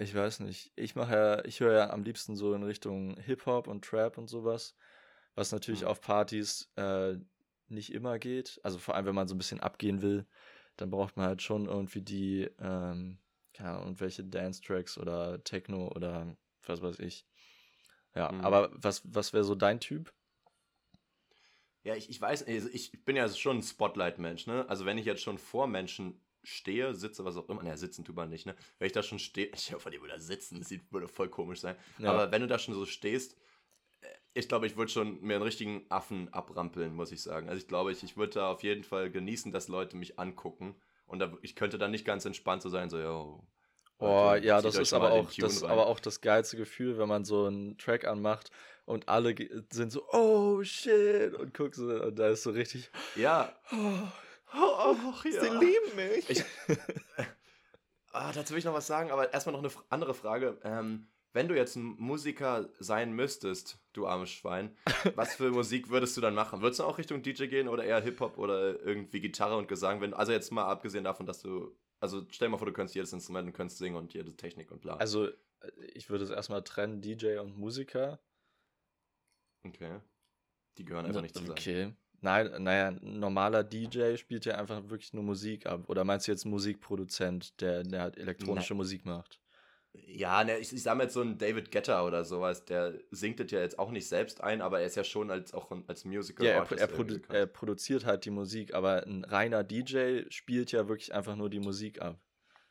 Ich weiß nicht. Ich höre ja am liebsten so in Richtung Hip-Hop und Trap und sowas, was natürlich auf Partys nicht immer geht. Also vor allem, wenn man so ein bisschen abgehen will, dann braucht man halt schon irgendwie die, keine Ahnung, irgendwelche Dance-Tracks oder Techno oder was weiß ich. Ja, aber was wäre so dein Typ? Ja, ich weiß, also ich bin ja schon ein Spotlight-Mensch, ne? Also wenn ich jetzt schon vor Menschen stehe, sitze, was auch immer, ne, sitzen tut man nicht, ne? Wenn ich da schon stehe, ich hoffe, die würde sitzen, würde voll komisch sein. Ja. Aber wenn du da schon so stehst, ich glaube, ich würde schon mir einen richtigen Affen abrampeln, muss ich sagen. Also ich glaube, ich würde da auf jeden Fall genießen, dass Leute mich angucken. Und ich könnte dann nicht ganz entspannt so sein, so, yo, Oh, Leute, ja, zieht das euch ist mal aber den auch Tune das, rein. aber auch das geilste Gefühl, wenn man so einen Track anmacht und alle sind so, oh shit, und guckst so, und da ist so richtig, Ja. oh, ja. sie lieben mich. Dazu will ich noch was sagen, aber erstmal noch eine andere Frage. Wenn du jetzt ein Musiker sein müsstest, du armes Schwein, was für Musik würdest du dann machen? Würdest du auch Richtung DJ gehen oder eher Hip-Hop oder irgendwie Gitarre und Gesang? Also jetzt mal abgesehen davon, dass du, also stell dir mal vor, du könntest jedes Instrument und könntest singen und jede Technik und bla. Also, ich würde es erstmal trennen, DJ und Musiker. Okay. Die gehören einfach nicht zusammen. Okay. Nein, naja, ein normaler DJ spielt ja einfach wirklich nur Musik ab. Oder meinst du jetzt einen Musikproduzent, der halt elektronische Musik macht? Ja, ne, ich sag mal jetzt so ein David Guetta oder sowas, der singt das ja jetzt auch nicht selbst ein, aber er ist ja schon als Musical Ja, Artist er bekannt. produziert halt die Musik, aber ein reiner DJ spielt ja wirklich einfach nur die Musik ab.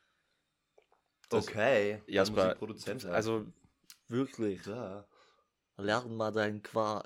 Okay, Jasper, Musikproduzent halt. also wirklich. Da. Lern mal deinen Quark.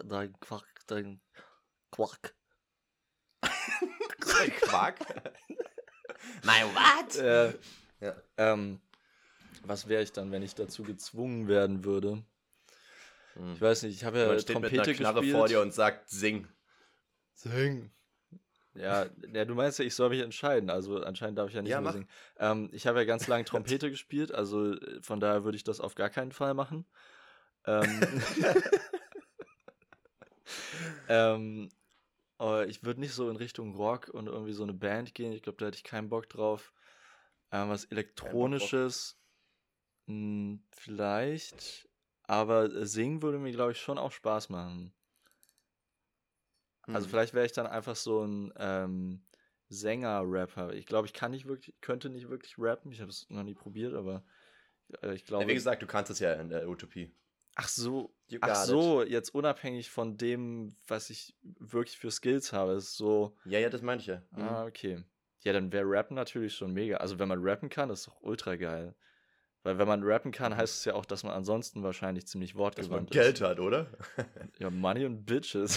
Quark? Mein what? Ja. Was wäre ich dann, wenn ich dazu gezwungen werden würde? Ich weiß nicht, ich habe ja Man steht Trompete mit einer Knarre gespielt. vor dir und sagt, sing. Sing. Ja, du meinst ja, ich soll mich entscheiden, also anscheinend darf ich ja nicht mehr singen. Ich habe ja ganz lange Trompete gespielt, also von daher würde ich das auf gar keinen Fall machen. Aber ich würde nicht so in Richtung Rock und irgendwie so eine Band gehen, ich glaube, da hätte ich keinen Bock drauf. Was Elektronisches, vielleicht, aber singen würde mir, glaube ich, schon auch Spaß machen. Also vielleicht wäre ich dann einfach so ein Sänger-Rapper. Ich glaube, könnte nicht wirklich rappen. Ich habe es noch nie probiert, aber ich glaube. Ja, wie gesagt, du kannst es ja in der Utopie. Ach so, You got it. jetzt unabhängig von dem, was ich wirklich für Skills habe, ist so. Ja, das meine ich ja. Ah, okay. Ja, dann wäre Rappen natürlich schon mega. Also wenn man rappen kann, ist doch ultra geil. Weil wenn man rappen kann, heißt es ja auch, dass man ansonsten wahrscheinlich ziemlich wortgewandt ist. Dass man Geld hat, oder? Ja, Money und Bitches.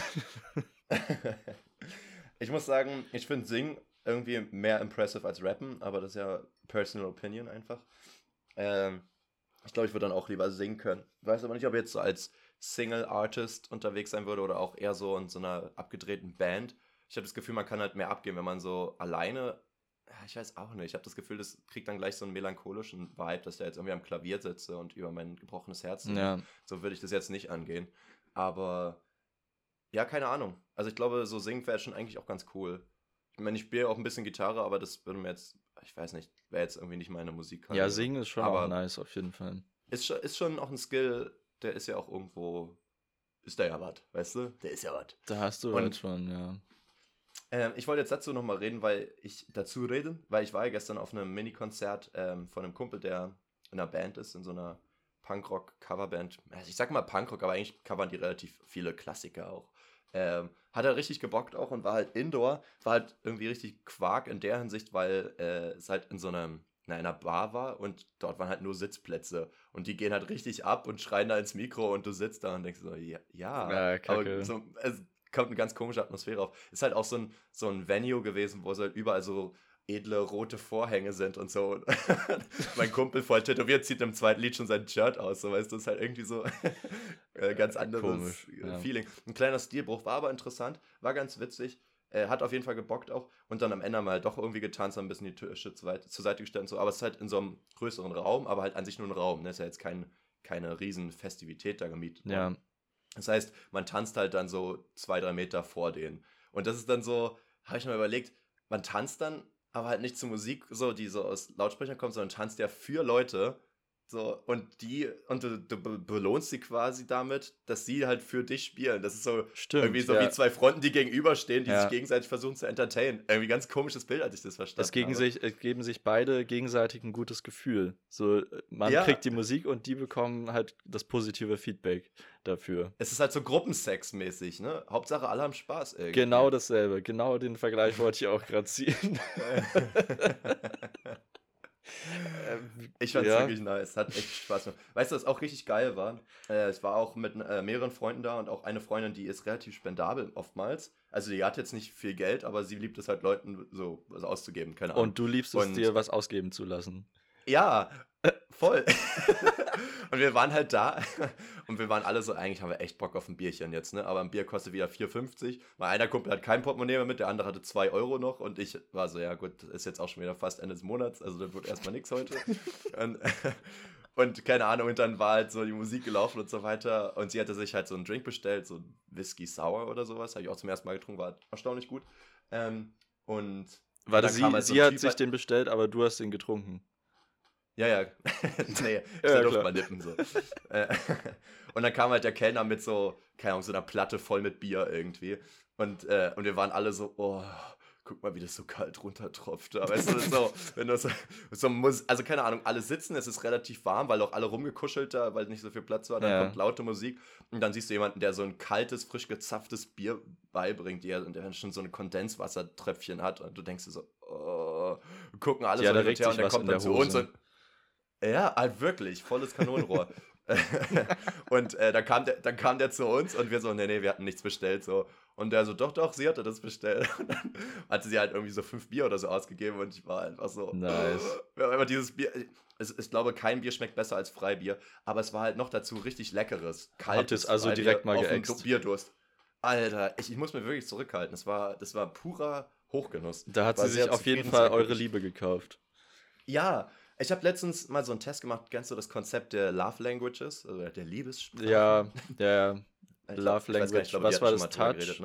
Ich muss sagen, ich finde Singen irgendwie mehr impressive als Rappen, aber das ist ja Personal Opinion einfach. Ich glaube, ich würde dann auch lieber singen können. Weiß aber nicht, ob ich jetzt so als Single-Artist unterwegs sein würde oder auch eher so in so einer abgedrehten Band. Ich habe das Gefühl, man kann halt mehr abgehen, wenn man so alleine, ich weiß auch nicht, ich habe das Gefühl, das kriegt dann gleich so einen melancholischen Vibe, dass ich da jetzt irgendwie am Klavier sitze und über mein gebrochenes Herz singe. Ja. So würde ich das jetzt nicht angehen. Aber ja, keine Ahnung. Also ich glaube, so singen wäre schon eigentlich auch ganz cool. Ich meine, ich spiele auch ein bisschen Gitarre, aber das würde mir jetzt, ich weiß nicht, wäre jetzt irgendwie nicht meine Musik. Ja, singen ist schon auch nice, auf jeden Fall. Ist schon auch ein Skill, der ist ja auch irgendwo, ist da ja was, weißt du? Der ist ja was. Da hast du halt schon, ja. Ich wollte jetzt dazu nochmal reden, weil ich war ja gestern auf einem Mini-Konzert von einem Kumpel, der in einer Band ist, in so einer Punkrock-Coverband. Ich sag mal Punkrock, aber eigentlich covern die relativ viele Klassiker auch. Hat er richtig gebockt auch und war halt Indoor, war halt irgendwie richtig Quark in der Hinsicht, weil es halt in einer Bar war und dort waren halt nur Sitzplätze und die gehen halt richtig ab und schreien da ins Mikro und du sitzt da und denkst so, ja Kacke. aber es kommt eine ganz komische Atmosphäre auf. Ist halt auch so ein Venue gewesen, wo es halt überall so edle rote Vorhänge sind und so. Mein Kumpel voll tätowiert zieht im zweiten Lied schon sein Shirt aus, so weißt du, das ist halt irgendwie so ganz anderes Feeling. Ein kleiner Stilbruch, war aber interessant, war ganz witzig, hat auf jeden Fall gebockt auch und dann am Ende mal doch irgendwie getanzt, ein bisschen die Tische zur Seite gestellt und so, aber es ist halt in so einem größeren Raum, aber halt an sich nur ein Raum, ne? Ist ja jetzt keine riesen Festivität da gemietet worden. Ja. Das heißt, man tanzt halt dann so 2-3 Meter vor denen und das ist dann so, habe ich mir überlegt, man tanzt dann aber halt nicht zur Musik, so, die so aus Lautsprechern kommt, sondern tanzt ja für Leute, So, und du belohnst sie quasi damit, dass sie halt für dich spielen. Das ist so irgendwie so wie zwei Fronten, die gegenüberstehen, die sich gegenseitig versuchen zu entertainen. Irgendwie ganz komisches Bild, als ich das verstanden habe. Es geben sich beide gegenseitig ein gutes Gefühl. So, man kriegt die Musik und die bekommen halt das positive Feedback dafür. Es ist halt so Gruppensex-mäßig, ne? Hauptsache alle haben Spaß irgendwie. Genau dasselbe. Genau den Vergleich wollte ich auch gerade ziehen. Ich fand's wirklich nice, hat echt Spaß gemacht. Weißt du, was auch richtig geil war? Ich war auch mit mehreren Freunden da und auch eine Freundin, die ist relativ spendabel oftmals. Also die hat jetzt nicht viel Geld, aber sie liebt es halt Leuten so was auszugeben, keine Ahnung. Und du liebst es, dir was ausgeben zu lassen. Ja, voll. Und wir waren halt da und wir waren alle so, eigentlich haben wir echt Bock auf ein Bierchen jetzt, ne? Aber ein Bier kostet wieder 4,50. Mein einer Kumpel hat kein Portemonnaie mehr mit, der andere hatte 2 Euro noch und ich war so, ja gut, ist jetzt auch schon wieder fast Ende des Monats, also das wird erstmal nichts heute. Und keine Ahnung, und dann war halt so die Musik gelaufen und so weiter und sie hatte sich halt so einen Drink bestellt, so ein Whisky Sour oder sowas, habe ich auch zum ersten Mal getrunken, war erstaunlich gut. Und warte, sie hat sich den bestellt, aber du hast den getrunken. Ja. Nee, ich durfte mal nippen so. Und dann kam halt der Kellner mit so, keine Ahnung, so einer Platte voll mit Bier irgendwie. Und wir waren alle so, oh, guck mal, wie das so kalt runtertropft. Aber weißt du, so, wenn du so also keine Ahnung, alle sitzen, es ist relativ warm, weil auch alle rumgekuschelt da, weil nicht so viel Platz war. Dann kommt laute Musik und dann siehst du jemanden, der so ein kaltes, frisch gezapftes Bier beibringt dir und der dann schon so ein Kondenswassertröpfchen hat und du denkst dir so, oh, gucken alle so hin und her und der kommt dann zu uns und ja, halt wirklich, volles Kanonenrohr. Und dann kam der zu uns und wir so, nee, wir hatten nichts bestellt. So. Und der so, doch, sie hatte das bestellt. Und dann hatte sie halt irgendwie so 5 Bier oder so ausgegeben und ich war einfach so, nice. Aber dieses Bier, ich glaube, kein Bier schmeckt besser als Freibier, aber es war halt noch dazu richtig leckeres, kaltes Habt also direkt mal geäxt? Bierdurst. Alter, ich muss mir wirklich zurückhalten, das war purer Hochgenuss. Da hat sie sich auf jeden Fall eure Liebe gekauft. Ja, ich habe letztens mal so einen Test gemacht, kennst du das Konzept der Love Languages, also der Liebessprache? Ja. Love Language, was war das? Touch, geredet,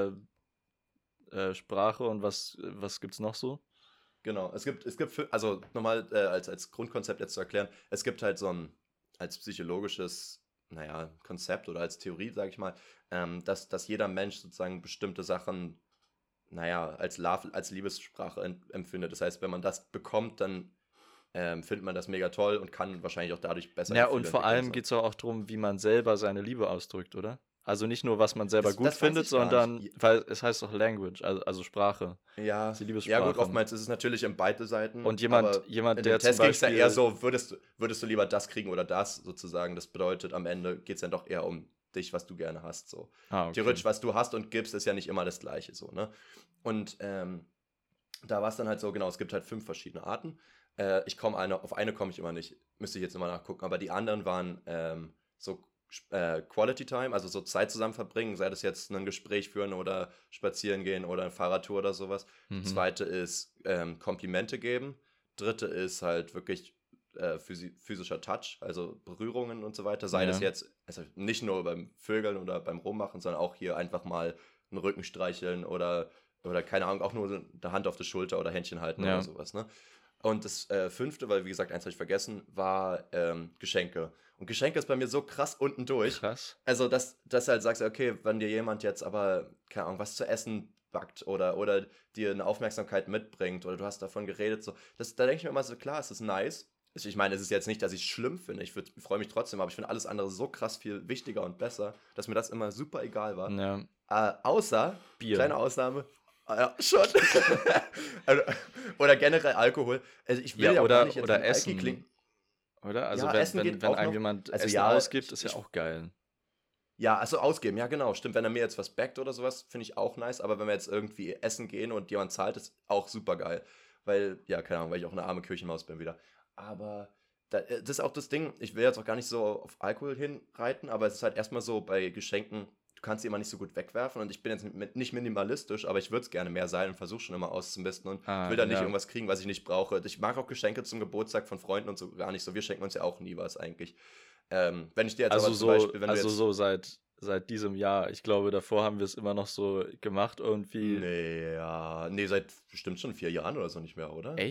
ne? Sprache und was gibt's noch so? Genau, es gibt also nochmal als Grundkonzept jetzt zu erklären, es gibt halt so ein, als psychologisches, Konzept oder als Theorie, sage ich mal, dass jeder Mensch sozusagen bestimmte Sachen, als Liebessprache empfindet. Das heißt, wenn man das bekommt, dann findet man das mega toll und kann wahrscheinlich auch dadurch besser. Ja, und vor allem geht es auch darum, wie man selber seine Liebe ausdrückt, oder? Also nicht nur, was man selber gut findet, sondern, weil es heißt doch Language, also Sprache. Ja, die Liebessprache. Ja gut, oftmals ist es natürlich in beide Seiten. Und jemand der Test zum Beispiel... ja eher so, würdest du lieber das kriegen oder das, sozusagen. Das bedeutet, am Ende geht es dann doch eher um dich, was du gerne hast, so. Okay. Theoretisch, was du hast und gibst, ist ja nicht immer das Gleiche, so, ne? Und da war es dann halt so, genau, es gibt halt 5 verschiedene Arten. Auf eine komme ich immer nicht, müsste ich jetzt immer nachgucken, aber die anderen waren so Quality Time, also so Zeit zusammen verbringen, sei das jetzt ein Gespräch führen oder spazieren gehen oder eine Fahrradtour oder sowas. Zweite ist Komplimente geben. Dritte ist halt wirklich physischer Touch, also Berührungen und so weiter. Sei das jetzt, also nicht nur beim Vögeln oder beim Rummachen, sondern auch hier einfach mal einen Rücken streicheln oder keine Ahnung, auch nur eine Hand auf die Schulter oder Händchen halten oder sowas, ne? Und das 5., weil wie gesagt, eins habe ich vergessen, war Geschenke. Und Geschenke ist bei mir so krass unten durch. Krass. Also, dass du halt sagst, okay, wenn dir jemand jetzt aber, keine Ahnung, was zu essen backt oder dir eine Aufmerksamkeit mitbringt oder du hast davon geredet, so, da denke ich mir immer so, klar, es ist nice. Ich meine, es ist jetzt nicht, dass ich es schlimm finde, ich freue mich trotzdem, aber ich finde alles andere so krass viel wichtiger und besser, dass mir das immer super egal war. Ja. Außer, Bier. Kleine Ausnahme, ja, schon. Oder generell Alkohol. Also ich will ja auch gar nicht jetzt oder Essen. Oder? Also ja, wenn einem jemand Essen ausgibt, ist ja auch geil. Ja, also ausgeben, ja genau, stimmt. Wenn er mir jetzt was backt oder sowas, finde ich auch nice. Aber wenn wir jetzt irgendwie essen gehen und jemand zahlt, ist auch super geil. Weil, ja, keine Ahnung, weil ich auch eine arme Kirchenmaus bin wieder. Aber das ist auch das Ding, ich will jetzt auch gar nicht so auf Alkohol hinreiten, aber es ist halt erstmal so bei Geschenken, du kannst sie immer nicht so gut wegwerfen und ich bin jetzt nicht minimalistisch, aber ich würde es gerne mehr sein und versuche schon immer auszumisten und will da nicht irgendwas kriegen, was ich nicht brauche. Ich mag auch Geschenke zum Geburtstag von Freunden und so gar nicht so. Wir schenken uns ja auch nie was eigentlich. Wenn ich dir jetzt aber zum Beispiel... so seit diesem Jahr. Ich glaube, davor haben wir es immer noch so gemacht irgendwie. Nee, seit bestimmt schon 4 Jahren oder so nicht mehr, oder? Echt?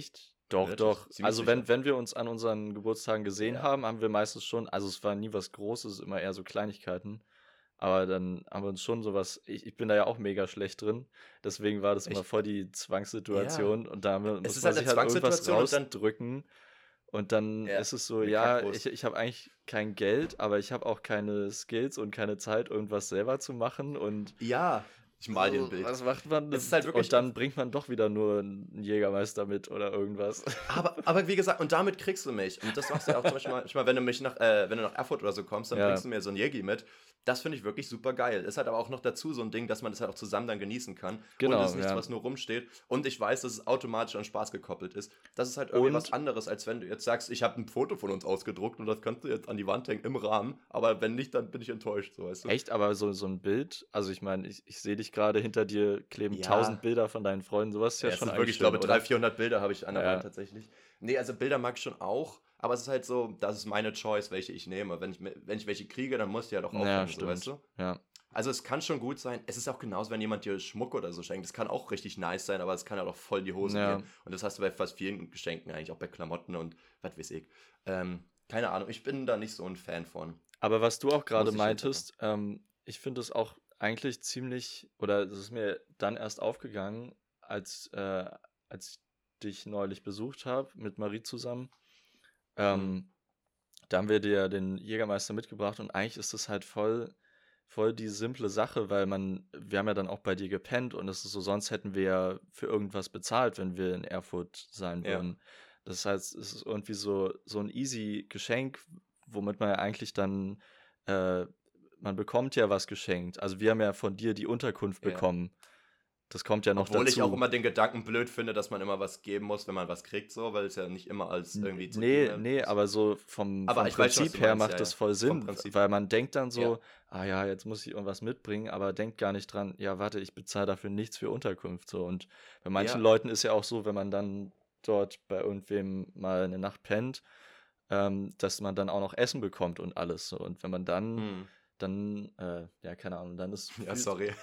Doch, Relativ, doch. ziemlich Also sicher. wenn wir uns an unseren Geburtstagen gesehen Ja. haben, haben wir meistens schon, also es war nie was Großes, immer eher so Kleinigkeiten. Aber dann haben wir uns schon sowas, ich bin da ja auch mega schlecht drin, deswegen war das immer Ich, voll die ja. Zwangssituation und Es muss ist man halt eine sich halt irgendwas Zwangssituation und dann, rausdrücken und dann ja, ist es so, wie ja, Kackwurst. ich habe eigentlich kein Geld, aber ich habe auch keine Skills und keine Zeit, irgendwas selber zu machen und Ja, ich mal dir ein Bild. was macht man? Es ist halt Und wirklich, dann bringt man doch wieder nur einen Jägermeister mit oder irgendwas. aber wie gesagt, und damit kriegst du mich. Und das machst du ja auch zum Beispiel manchmal, wenn du nach Erfurt oder so kommst, dann Ja, bringst du mir so ein Jägi mit. Das finde ich wirklich super geil. Ist halt aber auch noch dazu so ein Ding, dass man das halt auch zusammen dann genießen kann. Und es genau, ist nichts, ja. was nur rumsteht. Und ich weiß, dass es automatisch an Spaß gekoppelt ist. Das ist halt irgendwie was Und anderes, als wenn du jetzt sagst, ich habe ein Foto von uns ausgedruckt und das kannst du jetzt an die Wand hängen im Rahmen. Aber wenn nicht, dann bin ich enttäuscht, so weißt du. echt, aber so ein Bild, also ich meine, ich sehe dich gerade, hinter dir kleben Ja, 1000 Bilder von deinen Freunden, sowas ist ja ja, es schon ist eigentlich wirklich, ich schön, glaube, 300, oder? 400 Bilder habe ich an der Wand Ja, tatsächlich. Nee, also Bilder mag ich schon auch, aber es ist halt so, das ist meine Choice, welche ich nehme. Wenn ich welche kriege, dann muss ich halt auch ja, aufhängen, so weißt stimmt. du. Ja, Also es kann schon gut sein. Es ist auch genauso, wenn jemand dir Schmuck oder so schenkt. Das kann auch richtig nice sein, aber es kann halt auch voll in die Hose gehen. ja. Und das hast du bei fast vielen Geschenken eigentlich, auch bei Klamotten und was weiß ich. Keine Ahnung, ich bin da nicht so ein Fan von. Aber was du auch gerade Muss ich jetzt aber. meintest, ich finde es auch eigentlich ziemlich, oder es ist mir dann erst aufgegangen, als ich dich neulich besucht habe, mit Marie zusammen. Hm. Ähm, Da haben wir dir den Jägermeister mitgebracht und eigentlich ist das halt voll die simple Sache, weil wir haben ja dann auch bei dir gepennt und es ist so, sonst hätten wir ja für irgendwas bezahlt, wenn wir in Erfurt sein Ja. würden. Das heißt, es ist irgendwie so ein easy Geschenk, womit man ja eigentlich dann, äh, man bekommt ja was geschenkt. Also wir haben ja von dir die Unterkunft Ja. bekommen. Das kommt ja noch Obwohl ich auch dazu. immer den Gedanken blöd finde, dass man immer was geben muss, wenn man was kriegt, so, weil es ja nicht immer als irgendwie Nee, zurückgegeben nee, ist. aber so vom Aber ich weiß schon, was Prinzip du her meinst, macht ja, das ja. voll Vom Sinn, Prinzip. weil man denkt dann Ja. so, ah ja, jetzt muss ich irgendwas mitbringen, aber denkt gar nicht dran, ja, warte, ich bezahle dafür nichts für Unterkunft, so. Und bei manchen Ja. Leuten ist ja auch so, wenn man dann dort bei irgendwem mal eine Nacht pennt, dass man dann auch noch Essen bekommt und alles, so. Und wenn man Hm. ja, keine Ahnung, dann ist Ja, sorry.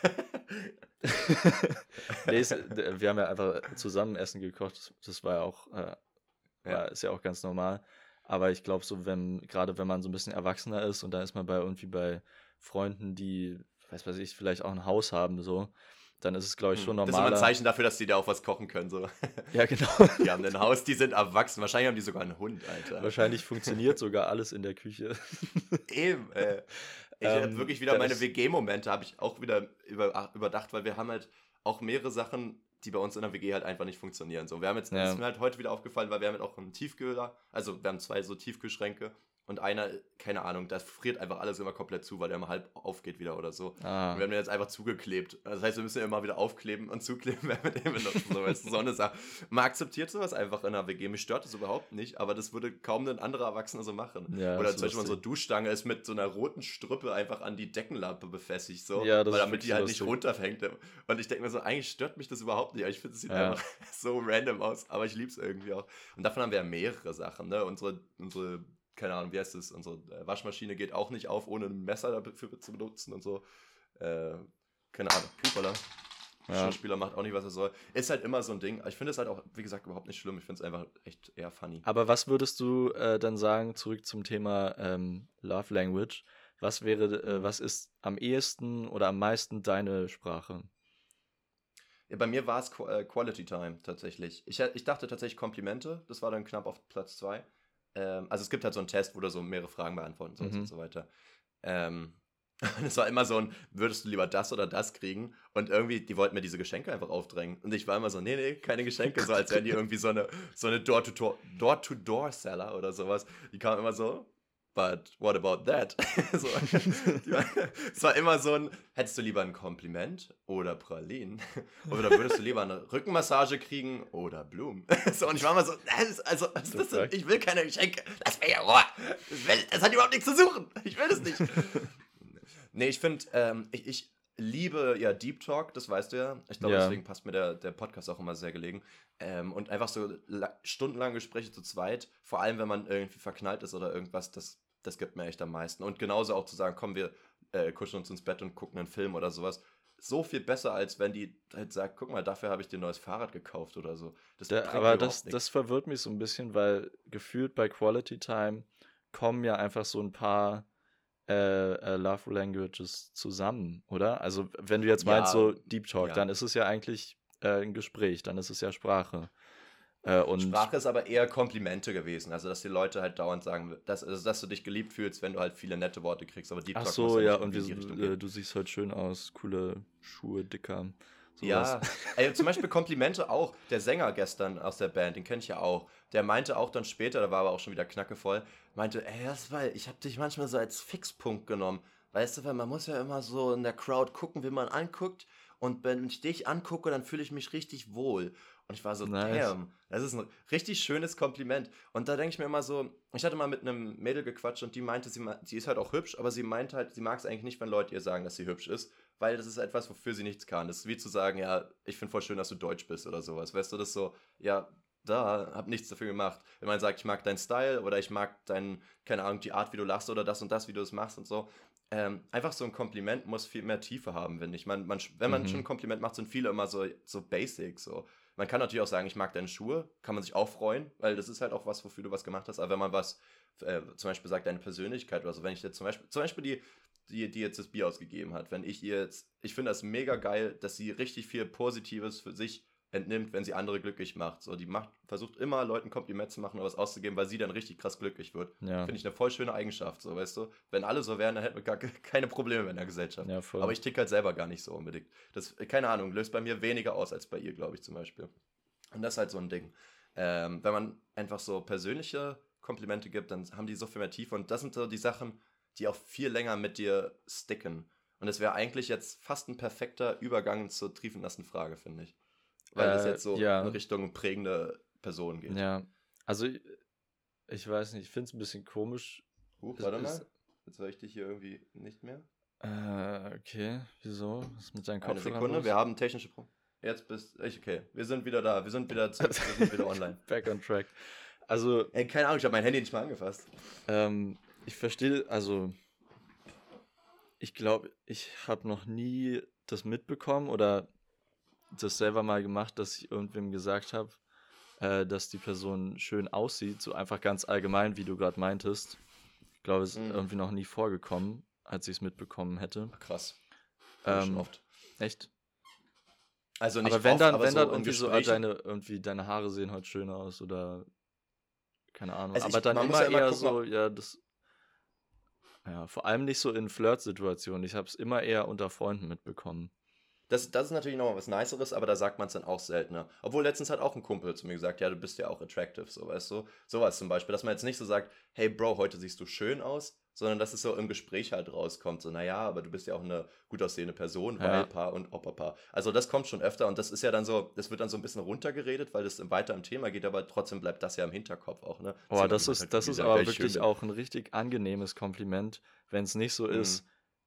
nee, wir haben ja einfach zusammen Essen gekocht, das war ja auch, Ja. ist ja auch ganz normal. Aber ich glaube, so, gerade wenn man so ein bisschen erwachsener ist und dann ist man bei Freunden, die, weiß ich, vielleicht auch ein Haus haben, so, dann ist es, glaube ich, schon Das ist immer ein normaler. Zeichen dafür, dass die da auch was kochen können. So. Ja, genau. Die haben ein Haus, die sind erwachsen. Wahrscheinlich haben die sogar einen Hund, Alter. Wahrscheinlich funktioniert sogar alles in der Küche. Eben, ich habe wirklich wieder Da meine ist, WG-Momente, habe ich auch wieder überdacht, weil wir haben halt auch mehrere Sachen, die bei uns in der WG halt einfach nicht funktionieren. So, das ja, ist mir halt heute wieder aufgefallen, weil wir haben halt auch einen Tiefkühler, also wir haben 2 so Tiefkühlschränke und einer, keine Ahnung, das friert einfach alles immer komplett zu, weil der immer halb aufgeht wieder oder so. Und wir haben den jetzt einfach zugeklebt. Das heißt, wir müssen immer wieder aufkleben und zukleben, wenn wir den benutzen. So, weißt du, so eine Sache. Man akzeptiert sowas einfach in der WG. Mich stört das überhaupt nicht, aber das würde kaum ein anderer Erwachsener so machen. ja, Oder ist zum Beispiel unsere lustig. Duschstange ist mit so einer roten Strüppe einfach an die Deckenlampe befestigt, so, Ja, das weil ist damit die wirklich halt nicht lustig. runterfängt. Und ich denke mir so, eigentlich stört mich das überhaupt nicht. Aber ich finde, es sieht Ja, einfach so random aus, aber ich liebe es irgendwie auch. Und davon haben wir ja mehrere Sachen, ne? Unsere keine Ahnung, wie heißt das, unsere Waschmaschine geht auch nicht auf, ohne ein Messer dafür zu benutzen und so. Keine Ahnung, Pupala. ja. Schauspieler macht auch nicht, was er soll. Ist halt immer so ein Ding. Ich finde es halt auch, wie gesagt, überhaupt nicht schlimm. Ich finde es einfach echt eher funny. Aber was würdest du dann sagen, zurück zum Thema Love Language? Was ist am ehesten oder am meisten deine Sprache? Ja, bei mir war es Quality Time tatsächlich. Ich dachte tatsächlich Komplimente. Das war dann knapp auf Platz 2. Also es gibt halt so einen Test, wo du so mehrere Fragen beantworten sollst und Mhm. so weiter. Und es war immer so ein, würdest du lieber das oder das kriegen? Und irgendwie, die wollten mir diese Geschenke einfach aufdrängen. Und ich war immer so, nee, keine Geschenke, so als wären die irgendwie so eine Door-to-Door-Seller oder sowas. Die kamen immer so, but what about that? So, es war immer so ein, hättest du lieber ein Kompliment oder Pralinen? Oder würdest du lieber eine Rückenmassage kriegen oder Blumen? So, und ich war immer so, was ist das denn? Ich will keine Geschenke. Lass mich in Ruhe. Das hat überhaupt nichts zu suchen. Ich will das nicht. Nee, ich finde, ich liebe ja Deep Talk, das weißt du ja. Ich glaube, Ja, deswegen passt mir der Podcast auch immer sehr gelegen. Und einfach so stundenlange Gespräche zu zweit, vor allem wenn man irgendwie verknallt ist oder irgendwas, das gibt mir echt am meisten. Und genauso auch zu sagen, komm, wir kuscheln uns ins Bett und gucken einen Film oder sowas. so viel besser, als wenn die halt sagt, guck mal, dafür habe ich dir ein neues Fahrrad gekauft oder so. Das bringt mir Aber überhaupt nichts. das verwirrt mich so ein bisschen, weil gefühlt bei Quality Time kommen ja einfach so ein paar Love Languages zusammen, oder? Also wenn du jetzt meinst, Ja, so Deep Talk, ja. dann ist es ja eigentlich ein Gespräch, dann ist es ja Sprache. Und Sprache ist aber eher Komplimente gewesen. Also, dass die Leute halt dauernd sagen, dass du dich geliebt fühlst, wenn du halt viele nette Worte kriegst. Aber Deep ach Talk muss so, ja ja, nicht und irgendwie in die Richtung gehen. du siehst heute schön aus, coole Schuhe, dicker, sowas. Ja, ey, zum Beispiel Komplimente auch. Der Sänger gestern aus der Band, den kenne ich ja auch. Der meinte auch dann später, da war aber auch schon wieder knackevoll, meinte, ey, ich habe dich manchmal so als Fixpunkt genommen. Weißt du, weil man muss ja immer so in der Crowd gucken, wie man anguckt. Und wenn ich dich angucke, dann fühle ich mich richtig wohl. Und ich war so, Nice. damn, das ist ein richtig schönes Kompliment. Und da denke ich mir immer so, ich hatte mal mit einem Mädel gequatscht und die meinte, sie ist halt auch hübsch, aber sie meint halt, sie mag es eigentlich nicht, wenn Leute ihr sagen, dass sie hübsch ist, weil das ist etwas, wofür sie nichts kann. Das ist wie zu sagen, ja, ich finde voll schön, dass du deutsch bist oder sowas. Weißt du, das ist so, ja, da, hab nichts dafür gemacht. Wenn man sagt, ich mag deinen Style oder ich mag keine Ahnung, die Art, wie du lachst oder das und das, wie du es machst und so. Einfach so ein Kompliment muss viel mehr Tiefe haben, finde ich. Wenn man schon ein Kompliment macht, sind viele immer so basic, so. Man kann natürlich auch sagen, ich mag deine Schuhe, kann man sich auch freuen, weil das ist halt auch was, wofür du was gemacht hast. Aber wenn man was, zum Beispiel sagt, deine Persönlichkeit oder so, wenn ich jetzt zum Beispiel die jetzt das Bier ausgegeben hat, wenn ich ihr jetzt, ich finde das mega geil, dass sie richtig viel Positives für sich entnimmt, wenn sie andere glücklich macht. So, versucht immer Leuten Kompliment zu machen oder was auszugeben, weil sie dann richtig krass glücklich wird. Ja, Finde ich eine voll schöne Eigenschaft, so, weißt du. Wenn alle so wären, dann hätten wir gar keine Probleme mehr in der Gesellschaft. ja, voll. Aber ich ticke halt selber gar nicht so unbedingt. Das, keine Ahnung, löst bei mir weniger aus als bei ihr, glaube ich, zum Beispiel. Und das ist halt so ein Ding. Wenn man einfach so persönliche Komplimente gibt, dann haben die so viel mehr Tiefe. Und das sind so die Sachen, die auch viel länger mit dir sticken. Und es wäre eigentlich jetzt fast ein perfekter Übergang zur triefendnassen Frage, finde ich. Weil das jetzt so in ja, Richtung prägende Person geht. ja. Also ich weiß nicht, ich finde es ein bisschen komisch. Warte mal. Jetzt höre ich dich hier irgendwie nicht mehr. Okay, wieso? Was ist mit deinem Eine Kopfhörern Sekunde, los? wir haben technische Probleme. Jetzt okay. Wir sind wieder da. Wir sind wieder online. Back on track. Also, Ey, keine Ahnung, ich habe mein Handy nicht mal angefasst. ich verstehe, also ich glaube, ich habe noch nie das mitbekommen oder das selber mal gemacht, dass ich irgendwem gesagt habe, dass die Person schön aussieht, so einfach ganz allgemein, wie du gerade meintest. Ich glaube, es ist irgendwie noch nie vorgekommen, als ich es mitbekommen hätte. Krass. Schon oft. Echt? Also nicht Aber wenn oft, dann, aber wenn so dann in irgendwie so Gesprächen. deine Haare sehen heute schön aus oder keine Ahnung. Also Aber dann man muss immer ja immer eher gucken, so, ja, vor allem nicht so in Flirt-Situationen. Ich habe es immer eher unter Freunden mitbekommen. das ist natürlich nochmal was Niceres, aber da sagt man es dann auch seltener. Obwohl letztens hat auch ein Kumpel zu mir gesagt, ja, du bist ja auch attractive, so, weißt du. Sowas zum Beispiel, dass man jetzt nicht so sagt, hey Bro, heute siehst du schön aus, sondern dass es so im Gespräch halt rauskommt, so, naja, aber du bist ja auch eine gut aussehende Person, weil Ja. Paar und Oppa-Paar. Also das kommt schon öfter und das ist ja dann so, das wird dann so ein bisschen runtergeredet, weil es weiter im Thema geht, aber trotzdem bleibt das ja im Hinterkopf auch, ne? Oh, Deswegen das hab ich halt ist gesagt, aber ja, ich wirklich schön bin. auch ein richtig angenehmes Kompliment, wenn es nicht so ist,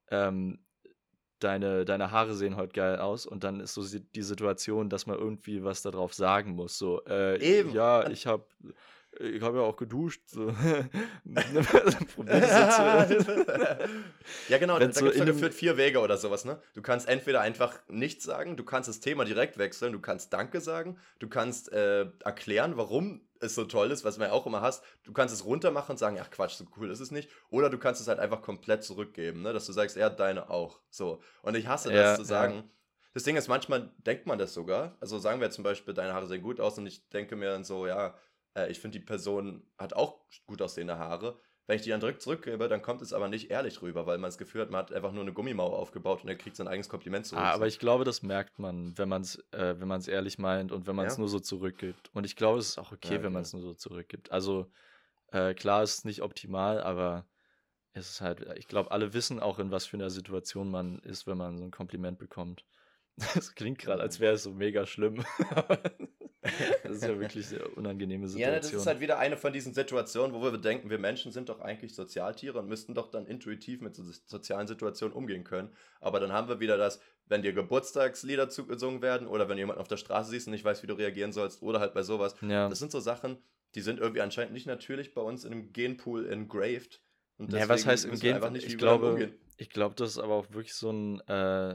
deine Haare sehen heute geil aus und dann ist so die Situation, dass man irgendwie was darauf sagen muss. So, Eben. ja, ich hab ja auch geduscht. So. Probier das jetzt. Ja, genau, da Wenn's so gibt es ja in- geführt 4 Wege oder sowas, ne? Du kannst entweder einfach nichts sagen, du kannst das Thema direkt wechseln, du kannst Danke sagen, du kannst erklären, warum es so toll ist, was man ja auch immer hasst. Du kannst es runtermachen und sagen, ach Quatsch, so cool ist es nicht. Oder du kannst es halt einfach komplett zurückgeben, ne? Dass du sagst, ja, deine auch. So. Und ich hasse Ja, das zu sagen. Das Ding ist, manchmal denkt man das sogar. Also sagen wir zum Beispiel, deine Haare sehen gut aus und ich denke mir dann so, ja, ich finde, die Person hat auch gut aussehende Haare. Wenn ich die dann direkt zurückgebe, dann kommt es aber nicht ehrlich rüber, weil man das Gefühl hat, man hat einfach nur eine Gummimauer aufgebaut und er kriegt sein eigenes Kompliment zurück. aber ich glaube, das merkt man, wenn man es ehrlich meint und wenn man es Ja? nur so zurückgibt. Und ich glaube, es ist auch okay, Ja, wenn man okay. es nur so zurückgibt. Also klar, es ist nicht optimal, aber es ist halt, ich glaube, alle wissen auch, in was für einer Situation man ist, wenn man so ein Kompliment bekommt. Das klingt gerade, als wäre es so mega schlimm. Das ist ja wirklich eine unangenehme Ja, das Situation. ist halt wieder eine von diesen Situationen, wo wir denken, wir Menschen sind doch eigentlich Sozialtiere und müssten doch dann intuitiv mit so sozialen Situationen umgehen können. Aber dann haben wir wieder das, wenn dir Geburtstagslieder zugesungen werden oder wenn du jemanden auf der Straße siehst und nicht weißt, wie du reagieren sollst oder halt bei sowas. Ja. Das sind so Sachen, die sind irgendwie anscheinend nicht natürlich bei uns in einem Genpool engraved. Und Ja, was deswegen heißt im wissen wir einfach Gen? nicht, wie Ich wir damit glaube, umgehen. das ist aber auch wirklich so ein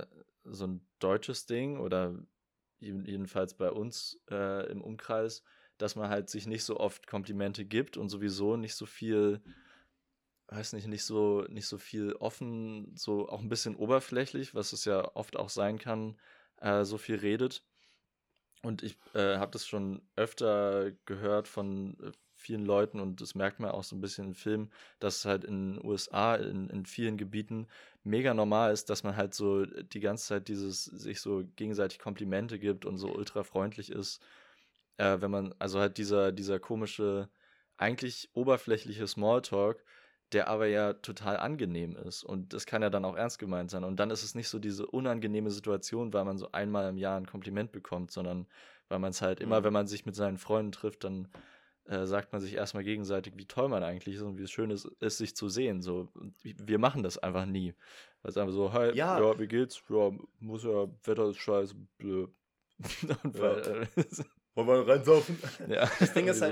so ein deutsches Ding oder jedenfalls bei uns im Umkreis, dass man halt sich nicht so oft Komplimente gibt und sowieso nicht so viel, weiß nicht so viel offen, so auch ein bisschen oberflächlich, was es ja oft auch sein kann, so viel redet. Und ich habe das schon öfter gehört von vielen Leuten und das merkt man auch so ein bisschen im Film, dass halt in den USA in vielen Gebieten mega normal ist, dass man halt so die ganze Zeit sich so gegenseitig Komplimente gibt und so ultra freundlich ist. Wenn man, also halt dieser komische, eigentlich oberflächliche Smalltalk, der aber ja total angenehm ist. Und das kann ja dann auch ernst gemeint sein. Und dann ist es nicht so diese unangenehme Situation, weil man so einmal im Jahr ein Kompliment bekommt, sondern weil man es halt immer, wenn man sich mit seinen Freunden trifft, dann sagt man sich erstmal gegenseitig, wie toll man eigentlich ist und wie es schön ist, sich zu sehen. So, wir machen das einfach nie. Weil es einfach so, hi, ja, wie geht's? Ja, muss ja, Wetter ist scheiße. Blö. Und weil, wollen wir reinsaufen? Ja, das Ding ist halt,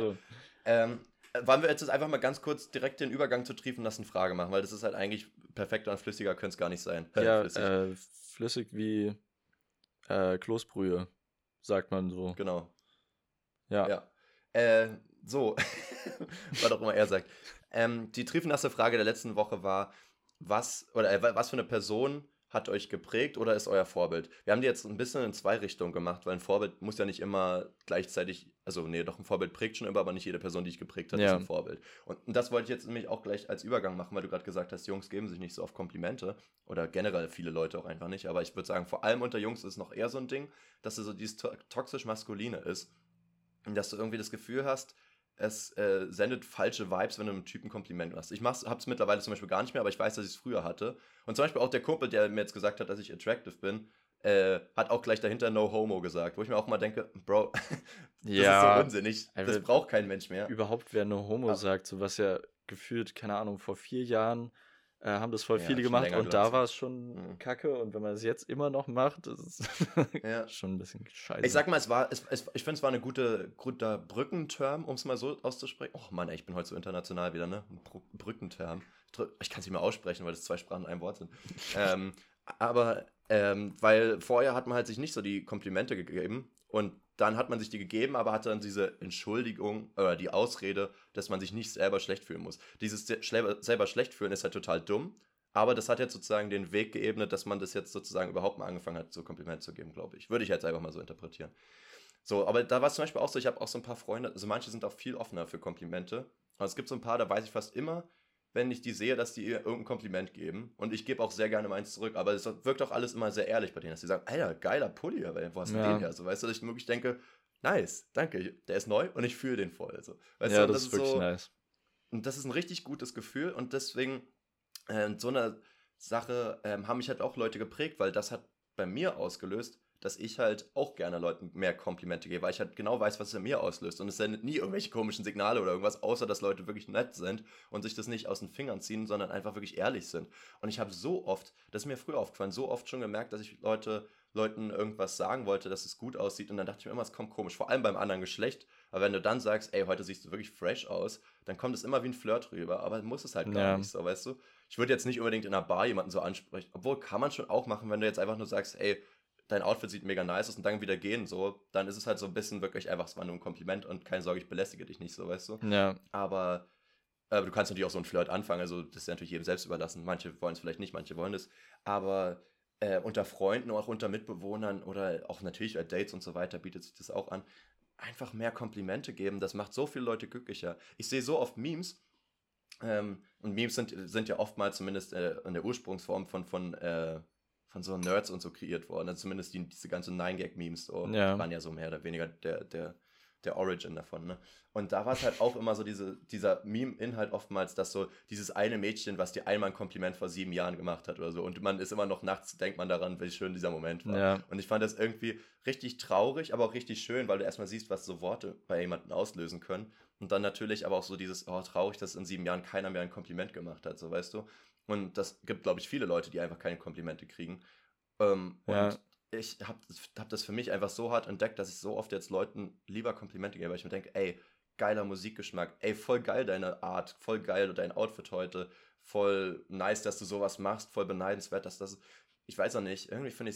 wollen wir jetzt einfach mal ganz kurz direkt den Übergang zur triefnassen Frage machen, weil das ist halt eigentlich perfekter und flüssiger könnte es gar nicht sein. Ja, flüssig wie Kloßbrühe, sagt man so. Genau. Ja. So, was auch immer er sagt. Die triefnasse Frage der letzten Woche war, was für eine Person hat euch geprägt oder ist euer Vorbild? Wir haben die jetzt ein bisschen in zwei Richtungen gemacht, weil ein Vorbild muss ja nicht immer gleichzeitig, also nee, doch ein Vorbild prägt schon immer, aber nicht jede Person, die ich geprägt hat, ist ein Vorbild. Und das wollte ich jetzt nämlich auch gleich als Übergang machen, weil du gerade gesagt hast, Jungs geben sich nicht so oft Komplimente oder generell viele Leute auch einfach nicht, aber ich würde sagen, vor allem unter Jungs ist es noch eher so ein Ding, dass es so dieses toxisch-maskuline ist und dass du irgendwie das Gefühl hast, es sendet falsche Vibes, wenn du einem Typen Kompliment machst. Ich hab's mittlerweile zum Beispiel gar nicht mehr, aber ich weiß, dass ich es früher hatte. Und zum Beispiel auch der Kumpel, der mir jetzt gesagt hat, dass ich attractive bin, hat auch gleich dahinter No Homo gesagt. Wo ich mir auch mal denke, Bro, das ist so unsinnig. Das braucht kein Mensch mehr. Überhaupt, wer No Homo sagt, so was ja gefühlt, keine Ahnung, vor 4 Jahren haben das voll viele gemacht und da war es schon kacke und wenn man es jetzt immer noch macht, das ist schon ein bisschen scheiße. Ich sag mal, ich finde, es war ein guter Brückenterm, um es mal so auszusprechen. Oh Mann, ey, ich bin heute so international wieder, ne? Brückenterm. Ich kann es nicht mehr aussprechen, weil das 2 Sprachen in einem Wort sind. Aber weil vorher hat man halt sich nicht so die Komplimente gegeben und dann hat man sich die gegeben, aber hatte dann diese Entschuldigung oder die Ausrede, dass man sich nicht selber schlecht fühlen muss. Dieses selber schlecht fühlen ist halt total dumm, aber das hat jetzt sozusagen den Weg geebnet, dass man das jetzt sozusagen überhaupt mal angefangen hat, so Komplimente zu geben, glaube ich. Würde ich jetzt einfach mal so interpretieren. So, aber da war es zum Beispiel auch so, ich habe auch so ein paar Freunde, also manche sind auch viel offener für Komplimente, aber es gibt so ein paar, da weiß ich fast immer, wenn ich die sehe, dass die ihr irgendein Kompliment geben. Und ich gebe auch sehr gerne meins zurück. Aber es wirkt auch alles immer sehr ehrlich bei denen, dass die sagen, Alter, geiler Pulli, wo hast du den her? So, weißt du, dass ich wirklich denke, nice, danke, der ist neu und ich fühle den voll. So. Weißt du, das ist wirklich so, nice. Und das ist ein richtig gutes Gefühl und deswegen so eine Sache haben mich halt auch Leute geprägt, weil das hat bei mir ausgelöst, dass ich halt auch gerne Leuten mehr Komplimente gebe, weil ich halt genau weiß, was es in mir auslöst. Und es sendet nie irgendwelche komischen Signale oder irgendwas, außer dass Leute wirklich nett sind und sich das nicht aus den Fingern ziehen, sondern einfach wirklich ehrlich sind. Und ich habe so oft, das ist mir früher aufgefallen, so oft schon gemerkt, dass ich Leuten irgendwas sagen wollte, dass es gut aussieht und dann dachte ich mir immer, es kommt komisch, vor allem beim anderen Geschlecht. Aber wenn du dann sagst, ey, heute siehst du wirklich fresh aus, dann kommt es immer wie ein Flirt rüber, aber muss es halt gar nicht so, weißt du? Ich würde jetzt nicht unbedingt in einer Bar jemanden so ansprechen, obwohl kann man schon auch machen, wenn du jetzt einfach nur sagst, ey, dein Outfit sieht mega nice aus und dann wieder gehen, so, dann ist es halt so ein bisschen wirklich einfach, es war nur ein Kompliment und keine Sorge, ich belästige dich nicht, so, weißt du? Ja. Aber du kannst natürlich auch so einen Flirt anfangen, also das ist ja natürlich jedem selbst überlassen. Manche wollen es vielleicht nicht, manche wollen es, aber unter Freunden, auch unter Mitbewohnern oder auch natürlich bei Dates und so weiter bietet sich das auch an, einfach mehr Komplimente geben, das macht so viele Leute glücklicher. Ich sehe so oft Memes, und Memes sind ja oftmals zumindest in der Ursprungsform von so Nerds und so kreiert worden. Also zumindest diese ganzen 9-Gag-Memes so, die waren ja so mehr oder weniger der Origin davon, ne? Und da war es halt auch immer so dieser Meme-Inhalt oftmals, dass so dieses eine Mädchen, was dir einmal ein Kompliment vor 7 Jahren gemacht hat oder so und man ist immer noch nachts, denkt man daran, wie schön dieser Moment war. Ja. Und ich fand das irgendwie richtig traurig, aber auch richtig schön, weil du erstmal siehst, was so Worte bei jemandem auslösen können. Und dann natürlich aber auch so dieses, oh, traurig, dass in 7 Jahren keiner mehr ein Kompliment gemacht hat, so, weißt du? Und das gibt, glaube ich, viele Leute, die einfach keine Komplimente kriegen. Und ich hab das für mich einfach so hart entdeckt, dass ich so oft jetzt Leuten lieber Komplimente gebe, weil ich mir denke, ey, geiler Musikgeschmack, ey, voll geil deine Art, voll geil dein Outfit heute, voll nice, dass du sowas machst, voll beneidenswert, dass das, ich weiß auch nicht, irgendwie finde ich es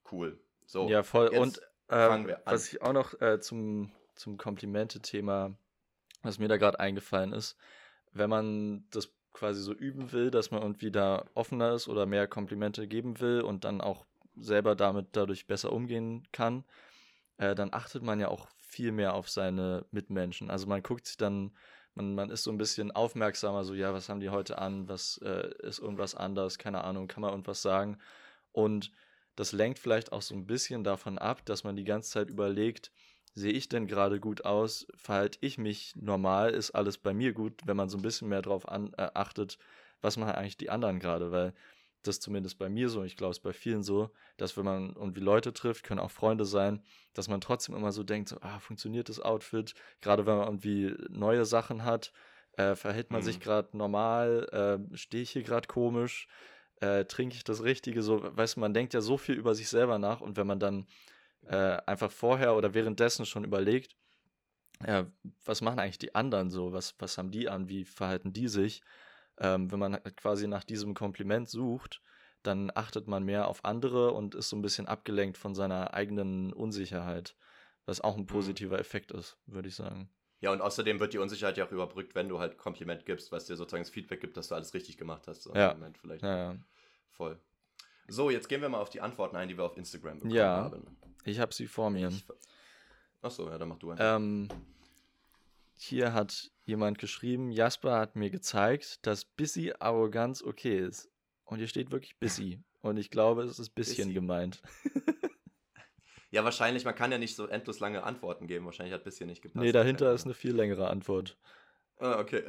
cool. So, ja, voll. Und fangen wir an. was ich auch noch zum Komplimente-Thema, was mir da gerade eingefallen ist, wenn man das quasi so üben will, dass man irgendwie da offener ist oder mehr Komplimente geben will und dann auch selber dadurch besser umgehen kann, dann achtet man ja auch viel mehr auf seine Mitmenschen. Also man guckt sich dann, man ist so ein bisschen aufmerksamer, so ja, was haben die heute an, was ist irgendwas anders, keine Ahnung, kann man irgendwas sagen. Und das lenkt vielleicht auch so ein bisschen davon ab, dass man die ganze Zeit überlegt, sehe ich denn gerade gut aus, verhalte ich mich normal, ist alles bei mir gut, wenn man so ein bisschen mehr drauf achtet, was machen eigentlich die anderen gerade, weil das ist zumindest bei mir so, ich glaube, es ist bei vielen so, dass wenn man irgendwie Leute trifft, können auch Freunde sein, dass man trotzdem immer so denkt, so, funktioniert das Outfit, gerade wenn man irgendwie neue Sachen hat, verhält man sich gerade normal, stehe ich hier gerade komisch, trinke ich das Richtige, so, weißt du, man denkt ja so viel über sich selber nach und wenn man dann einfach vorher oder währenddessen schon überlegt, was machen eigentlich die anderen so, was haben die an, wie verhalten die sich, wenn man quasi nach diesem Kompliment sucht, dann achtet man mehr auf andere und ist so ein bisschen abgelenkt von seiner eigenen Unsicherheit, was auch ein positiver Effekt ist, würde ich sagen. Ja, und außerdem wird die Unsicherheit ja auch überbrückt, wenn du halt Kompliment gibst, was dir sozusagen das Feedback gibt, dass du alles richtig gemacht hast. So Ja. Moment vielleicht. Ja. Voll. So, jetzt gehen wir mal auf die Antworten ein, die wir auf Instagram bekommen Ja, haben. Ich habe sie vor mir. Achso, ja, dann mach du einfach. Hier hat jemand geschrieben, Jasper hat mir gezeigt, dass busy Arroganz okay ist. Und hier steht wirklich busy. Und ich glaube, es ist bisschen gemeint. Ja, wahrscheinlich, man kann ja nicht so endlos lange Antworten geben. Wahrscheinlich hat bisschen nicht gepasst. Nee, dahinter ist eine viel längere Antwort. Ah, okay.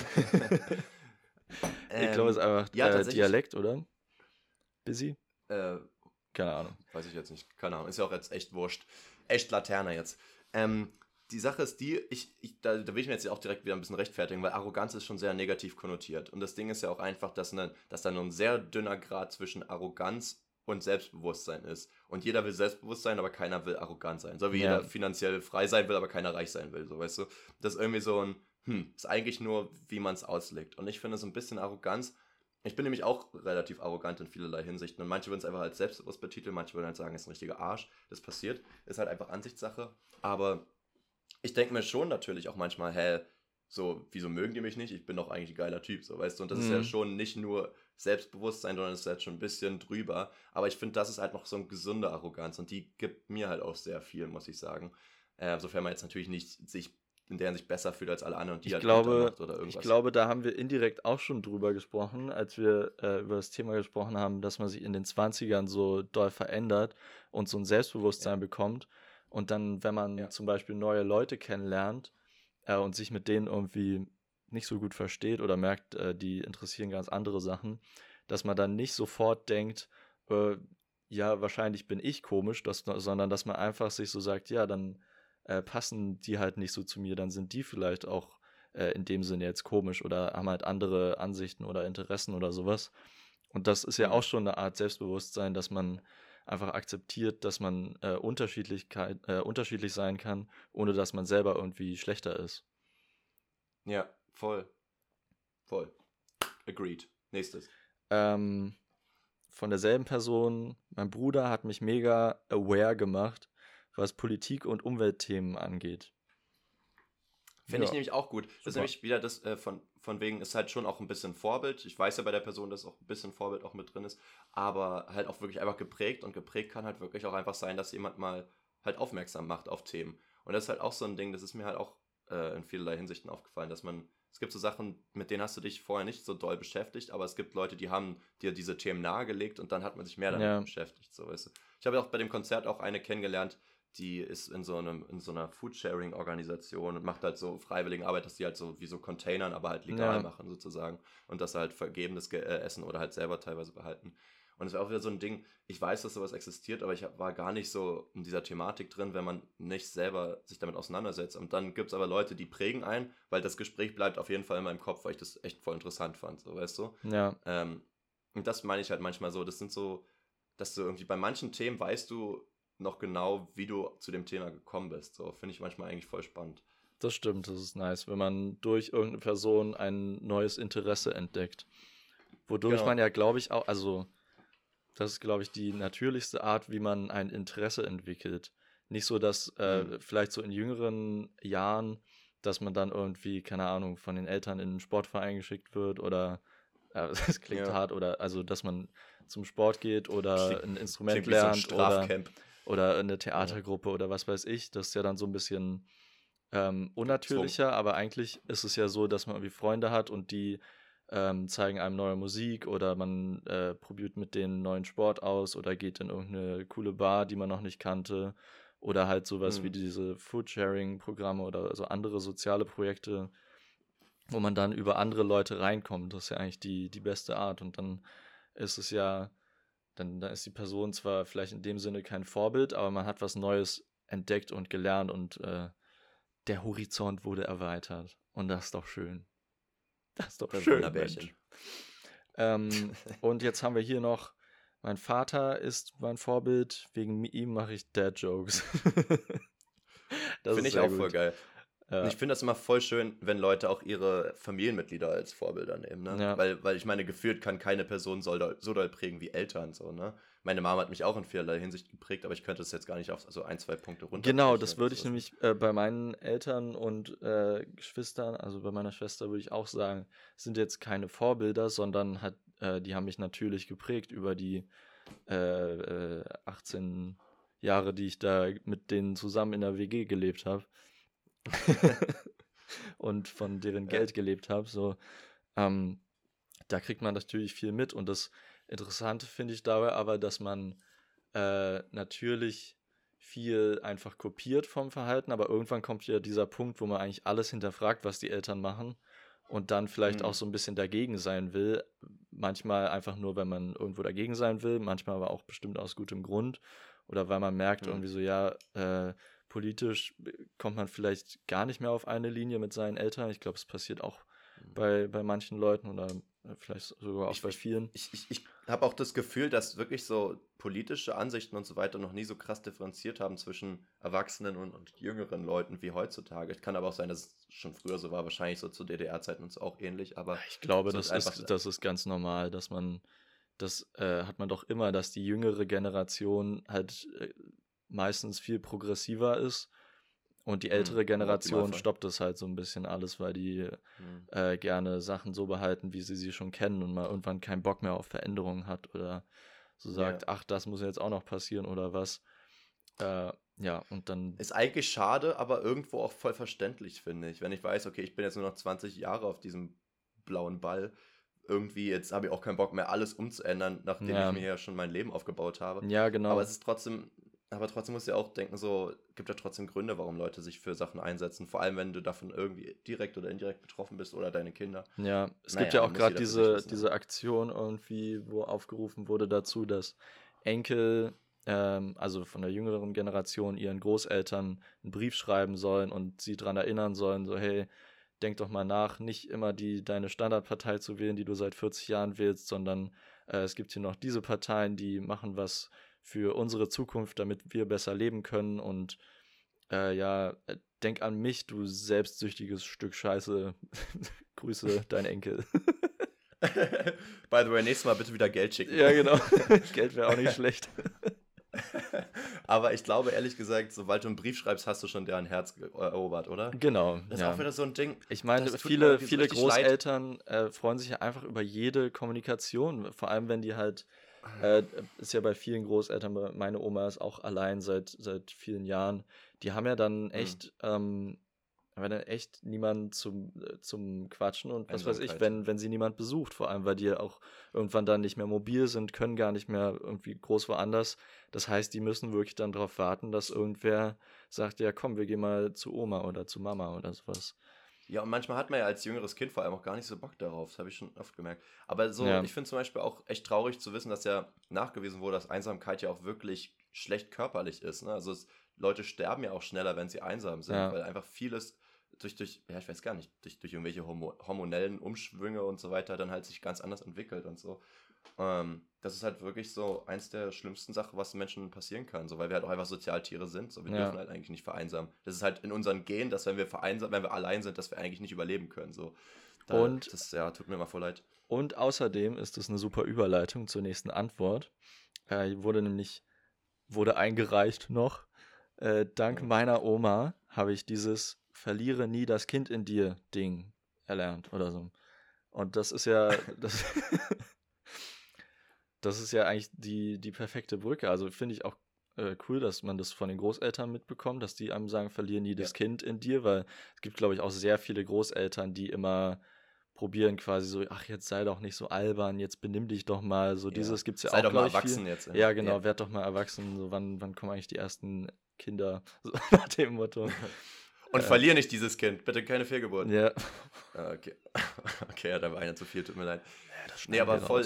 Ich glaube, es ist einfach Dialekt, oder? Busy? Keine Ahnung. Weiß ich jetzt nicht. Keine Ahnung. Ist ja auch jetzt echt wurscht. Echt Laterner jetzt. Die Sache ist die, da will ich mir jetzt auch direkt wieder ein bisschen rechtfertigen, weil Arroganz ist schon sehr negativ konnotiert. Und das Ding ist ja auch einfach, dass da nur ein sehr dünner Grad zwischen Arroganz und Selbstbewusstsein ist. Und jeder will selbstbewusst sein, aber keiner will arrogant sein. So wie jeder finanziell frei sein will, aber keiner reich sein will. So, weißt du? Das ist irgendwie so ein, ist eigentlich nur, wie man es auslegt. Und ich finde so ein bisschen Arroganz. Ich bin nämlich auch relativ arrogant in vielerlei Hinsichten. Und manche würden es einfach als selbstbewusst betiteln, manche würden halt sagen, es ist ein richtiger Arsch. Das passiert. Ist halt einfach Ansichtssache. Aber ich denke mir schon natürlich auch manchmal, so, wieso mögen die mich nicht? Ich bin doch eigentlich ein geiler Typ, so, weißt du? Und das ist ja schon nicht nur Selbstbewusstsein, sondern es ist halt schon ein bisschen drüber. Aber ich finde, das ist halt noch so eine gesunde Arroganz und die gibt mir halt auch sehr viel, muss ich sagen. Sofern man jetzt natürlich nicht sich in der Hinsicht besser fühlt als alle anderen und die macht oder irgendwas. Ich glaube, da haben wir indirekt auch schon drüber gesprochen, als wir über das Thema gesprochen haben, dass man sich in den 20ern so doll verändert und so ein Selbstbewusstsein bekommt. Und dann, wenn man zum Beispiel neue Leute kennenlernt und sich mit denen irgendwie nicht so gut versteht oder merkt, die interessieren ganz andere Sachen, dass man dann nicht sofort denkt, ja, wahrscheinlich bin ich komisch, sondern dass man einfach sich so sagt, ja, dann passen die halt nicht so zu mir, dann sind die vielleicht auch in dem Sinne jetzt komisch oder haben halt andere Ansichten oder Interessen oder sowas. Und das ist ja auch schon eine Art Selbstbewusstsein, dass man einfach akzeptiert, dass man unterschiedlich sein kann, ohne dass man selber irgendwie schlechter ist. Ja, voll. Agreed. Nächstes. Von derselben Person, mein Bruder hat mich mega aware gemacht, was Politik- und Umweltthemen angeht. Finde ich nämlich auch gut. Super. Das ist nämlich wieder das, von wegen, ist halt schon auch ein bisschen Vorbild. Ich weiß ja bei der Person, dass auch ein bisschen Vorbild auch mit drin ist, aber halt auch wirklich einfach geprägt. Und geprägt kann halt wirklich auch einfach sein, dass jemand mal halt aufmerksam macht auf Themen. Und das ist halt auch so ein Ding, das ist mir halt auch in vielerlei Hinsichten aufgefallen, dass es gibt so Sachen, mit denen hast du dich vorher nicht so doll beschäftigt, aber es gibt Leute, die haben dir diese Themen nahegelegt und dann hat man sich mehr damit beschäftigt. So, weißt du. Ich habe auch bei dem Konzert auch eine kennengelernt, die ist in so einer Foodsharing-Organisation und macht halt so freiwillige Arbeit, dass die halt so wie so Containern, aber halt legal machen sozusagen und das halt vergebenes Essen oder halt selber teilweise behalten. Und es war auch wieder so ein Ding, ich weiß, dass sowas existiert, aber ich war gar nicht so in dieser Thematik drin, wenn man nicht selber sich damit auseinandersetzt. Und dann gibt es aber Leute, die prägen ein, weil das Gespräch bleibt auf jeden Fall in meinem Kopf, weil ich das echt voll interessant fand, so, weißt du? Ja. Und das meine ich halt manchmal so, das sind so, dass du irgendwie bei manchen Themen weißt du noch genau, wie du zu dem Thema gekommen bist. So, finde ich manchmal eigentlich voll spannend. Das stimmt, das ist nice, wenn man durch irgendeine Person ein neues Interesse entdeckt. Wodurch man ja, glaube ich, auch, also Das ist, glaube ich, die natürlichste Art, wie man ein Interesse entwickelt. Nicht so, dass vielleicht so in jüngeren Jahren, dass man dann irgendwie, keine Ahnung, von den Eltern in einen Sportverein geschickt wird oder, das klingt Ja. hart, oder also, dass man zum Sport geht oder ein Instrument Klingt wie so ein lernt Strafcamp. oder eine Ja. Theatergruppe oder was weiß ich. Das ist ja dann so ein bisschen unnatürlicher, aber eigentlich ist es ja so, dass man irgendwie Freunde hat und die zeigen einem neue Musik oder man probiert mit denen neuen Sport aus oder geht in irgendeine coole Bar, die man noch nicht kannte oder halt sowas wie diese Foodsharing-Programme oder so andere soziale Projekte, wo man dann über andere Leute reinkommt. Das ist ja eigentlich die beste Art und dann ist es ja, dann ist die Person zwar vielleicht in dem Sinne kein Vorbild, aber man hat was Neues entdeckt und gelernt und der Horizont wurde erweitert. Und das ist doch schön. Das ist doch Das schön, Wunderbärchen. Und jetzt haben wir hier noch, mein Vater ist mein Vorbild, wegen ihm mache ich Dad-Jokes. Das Finde ist ich sehr auch voll gut. geil. Und Ja, ich finde das immer voll schön, wenn Leute auch ihre Familienmitglieder als Vorbilder nehmen, ne? ja. Weil ich meine, gefühlt kann keine Person so doll prägen wie Eltern, so, ne? Meine Mama hat mich auch in vielerlei Hinsicht geprägt, aber ich könnte es jetzt gar nicht auf so 1, 2 Punkte runterbrechen. Genau, das oder würde ich sowas. nämlich bei meinen Eltern und Geschwistern, also bei meiner Schwester würde ich auch sagen, sind jetzt keine Vorbilder, sondern die haben mich natürlich geprägt über die 18 Jahre, die ich da mit denen zusammen in der WG gelebt habe und von deren Ja. Geld gelebt habe. So, da kriegt man natürlich viel mit und das Interessante finde ich dabei aber, dass man natürlich viel einfach kopiert vom Verhalten, aber irgendwann kommt ja dieser Punkt, wo man eigentlich alles hinterfragt, was die Eltern machen und dann vielleicht auch so ein bisschen dagegen sein will. Manchmal einfach nur, wenn man irgendwo dagegen sein will, manchmal aber auch bestimmt aus gutem Grund oder weil man merkt irgendwie so, ja, politisch kommt man vielleicht gar nicht mehr auf eine Linie mit seinen Eltern. Ich glaube, es passiert auch bei manchen Leuten oder vielleicht sogar auch bei vielen. Ich habe auch das Gefühl, dass wirklich so politische Ansichten und so weiter noch nie so krass differenziert haben zwischen Erwachsenen und jüngeren Leuten wie heutzutage. Es kann aber auch sein, dass es schon früher so war, wahrscheinlich so zu DDR-Zeiten und so auch ähnlich, aber Ich glaube, so das ist ganz normal, dass das hat man doch immer, dass die jüngere Generation halt meistens viel progressiver ist und die ältere im Generation Optimalfall. stoppt das halt so ein bisschen alles, weil die gerne Sachen so behalten, wie sie schon kennen und man irgendwann keinen Bock mehr auf Veränderungen hat oder so sagt, Ja. ach, das muss jetzt auch noch passieren oder was. Ja, und dann, Ist eigentlich schade, aber irgendwo auch voll verständlich, finde ich. Wenn ich weiß, okay, ich bin jetzt nur noch 20 Jahre auf diesem blauen Ball, irgendwie, jetzt habe ich auch keinen Bock mehr, alles umzuändern, nachdem ja, ich mir ja schon mein Leben aufgebaut habe. ja, Aber genau. es ist trotzdem, aber trotzdem musst du ja auch denken, so, gibt ja trotzdem Gründe, warum Leute sich für Sachen einsetzen. Vor allem, wenn du davon irgendwie direkt oder indirekt betroffen bist oder deine Kinder. Ja, es Naja, gibt ja auch muss gerade jeder für sich wissen, diese Aktion irgendwie, wo aufgerufen wurde dazu, dass Enkel, also von der jüngeren Generation, ihren Großeltern einen Brief schreiben sollen und sie daran erinnern sollen, so hey, denk doch mal nach, nicht immer deine Standardpartei zu wählen, die du seit 40 Jahren wählst, sondern es gibt hier noch diese Parteien, die machen was für unsere Zukunft, damit wir besser leben können und denk an mich, du selbstsüchtiges Stück Scheiße. Grüße, dein Enkel. By the way, nächstes Mal bitte wieder Geld schicken. Ja, genau. Geld wäre auch nicht schlecht. Aber ich glaube, ehrlich gesagt, sobald du einen Brief schreibst, hast du schon deren Herz erobert, oder? Genau. Das ist Ja. auch wieder so ein Ding. Ich meine, Das tut mir viele irgendwie so richtig leid. Großeltern freuen sich ja einfach über jede Kommunikation. Vor allem, wenn die halt, ist ja bei vielen Großeltern, meine Oma ist auch allein seit vielen Jahren. Die haben ja dann echt, niemanden zum Quatschen und was weiß ich, Einsamkeit. wenn sie niemand besucht, vor allem, weil die ja auch irgendwann dann nicht mehr mobil sind, können gar nicht mehr irgendwie groß woanders. Das heißt, die müssen wirklich dann darauf warten, dass irgendwer sagt, ja komm, wir gehen mal zu Oma oder zu Mama oder sowas. Ja, und manchmal hat man ja als jüngeres Kind vor allem auch gar nicht so Bock darauf. Das habe ich schon oft gemerkt. Aber so, Ja. ich finde zum Beispiel auch echt traurig zu wissen, dass ja nachgewiesen wurde, dass Einsamkeit ja auch wirklich schlecht körperlich ist. Ne? Also Leute sterben ja auch schneller, wenn sie einsam sind, Ja. weil einfach vieles ja, ich weiß gar nicht, durch irgendwelche hormonellen Umschwünge und so weiter dann halt sich ganz anders entwickelt und so. Das ist halt wirklich so eins der schlimmsten Sachen, was Menschen passieren kann, so, weil wir halt auch einfach Sozialtiere sind, so, wir dürfen halt eigentlich nicht vereinsamen. Das ist halt in unseren Genen, dass wenn wir allein sind, dass wir eigentlich nicht überleben können, so. Das tut mir immer voll leid. Und außerdem ist es eine super Überleitung zur nächsten Antwort. wurde eingereicht noch. Dank meiner Oma habe ich dieses Verliere nie das Kind in dir Ding erlernt oder so. Und das ist ja, das ist ja eigentlich die perfekte Brücke. Also finde ich auch cool, dass man das von den Großeltern mitbekommt, dass die einem sagen, verliere nie das Kind in dir, weil es gibt, glaube ich, auch sehr viele Großeltern, die immer probieren quasi so, ach, jetzt sei doch nicht so albern, jetzt benimm dich doch mal, so dieses gibt's ja sei auch, doch mal glaub ich, erwachsen viel. jetzt. Ja, genau, werd doch mal erwachsen, so wann kommen eigentlich die ersten Kinder, so nach dem Motto. Und verlier nicht dieses Kind, bitte keine Fehlgeburt. Ja. Okay, okay, ja, da war einer zu viel, tut mir leid. Ja, das Nee, aber schneiden wir voll, raus.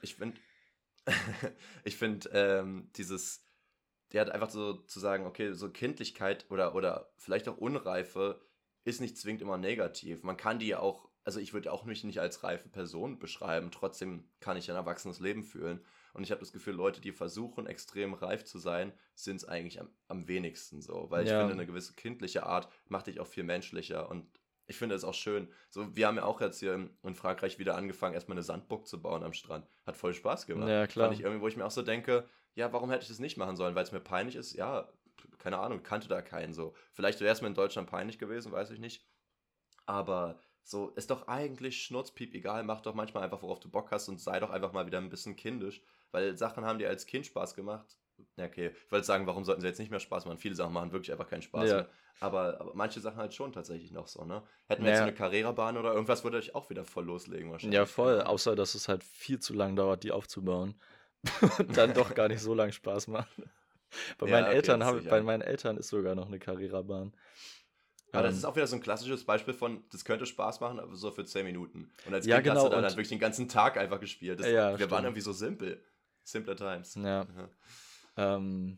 ich finde, der hat einfach so zu sagen, okay, so Kindlichkeit oder vielleicht auch Unreife ist nicht zwingend immer negativ. Man kann die ja auch, also ich würde auch mich nicht als reife Person beschreiben, trotzdem kann ich ein erwachsenes Leben führen. Und ich habe das Gefühl, Leute, die versuchen, extrem reif zu sein, sind es eigentlich am wenigsten so. Weil ich Ja. finde, eine gewisse kindliche Art macht dich auch viel menschlicher. Und ich finde es auch schön. So, wir haben ja auch jetzt hier in Frankreich wieder angefangen, erstmal eine Sandburg zu bauen am Strand. Hat voll Spaß gemacht. Ja, klar. Fand ich irgendwie, wo ich mir auch so denke, ja, warum hätte ich das nicht machen sollen? Weil es mir peinlich ist? Ja, keine Ahnung, kannte da keinen so. Vielleicht wäre es mir in Deutschland peinlich gewesen, weiß ich nicht. Aber so, ist doch eigentlich schnurzpiep egal, mach doch manchmal einfach, worauf du Bock hast und sei doch einfach mal wieder ein bisschen kindisch. Weil Sachen haben dir als Kind Spaß gemacht. Ja, okay, ich wollte sagen, warum sollten sie jetzt nicht mehr Spaß machen? Viele Sachen machen wirklich einfach keinen Spaß Ja. mehr. Aber manche Sachen halt schon tatsächlich noch so, ne? Hätten wir jetzt so eine Carrera-Bahn oder irgendwas, würde ich auch wieder voll loslegen wahrscheinlich. Ja, voll, Keine Ahnung. außer dass es halt viel zu lang dauert, die aufzubauen. Und dann doch gar nicht so lang Spaß macht. Bei Ja, meinen okay, Eltern das sehe ich bei ein. meinen Eltern ist sogar noch eine Carrera-Bahn. Aber das ist auch wieder so ein klassisches Beispiel von, das könnte Spaß machen, aber so für 10 Minuten. Und als Ja, Kind hast genau, du dann und- wirklich den ganzen Tag einfach gespielt. Ja, wir stimmt. waren irgendwie so simpel. Simpler Times. Ja. Ja.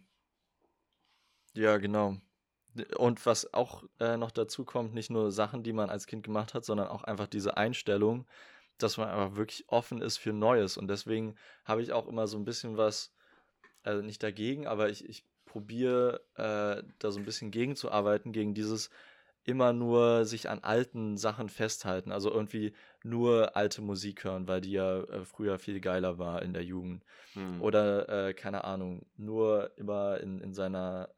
Ja, genau. Und was auch noch dazu kommt, nicht nur Sachen, die man als Kind gemacht hat, sondern auch einfach diese Einstellung, dass man einfach wirklich offen ist für Neues. Und deswegen habe ich auch immer so ein bisschen was, also nicht dagegen, aber ich probiere da so ein bisschen gegenzuarbeiten, gegen dieses immer nur sich an alten Sachen festhalten. Also irgendwie nur alte Musik hören, weil die ja früher viel geiler war in der Jugend. Oder, keine Ahnung, nur immer in seiner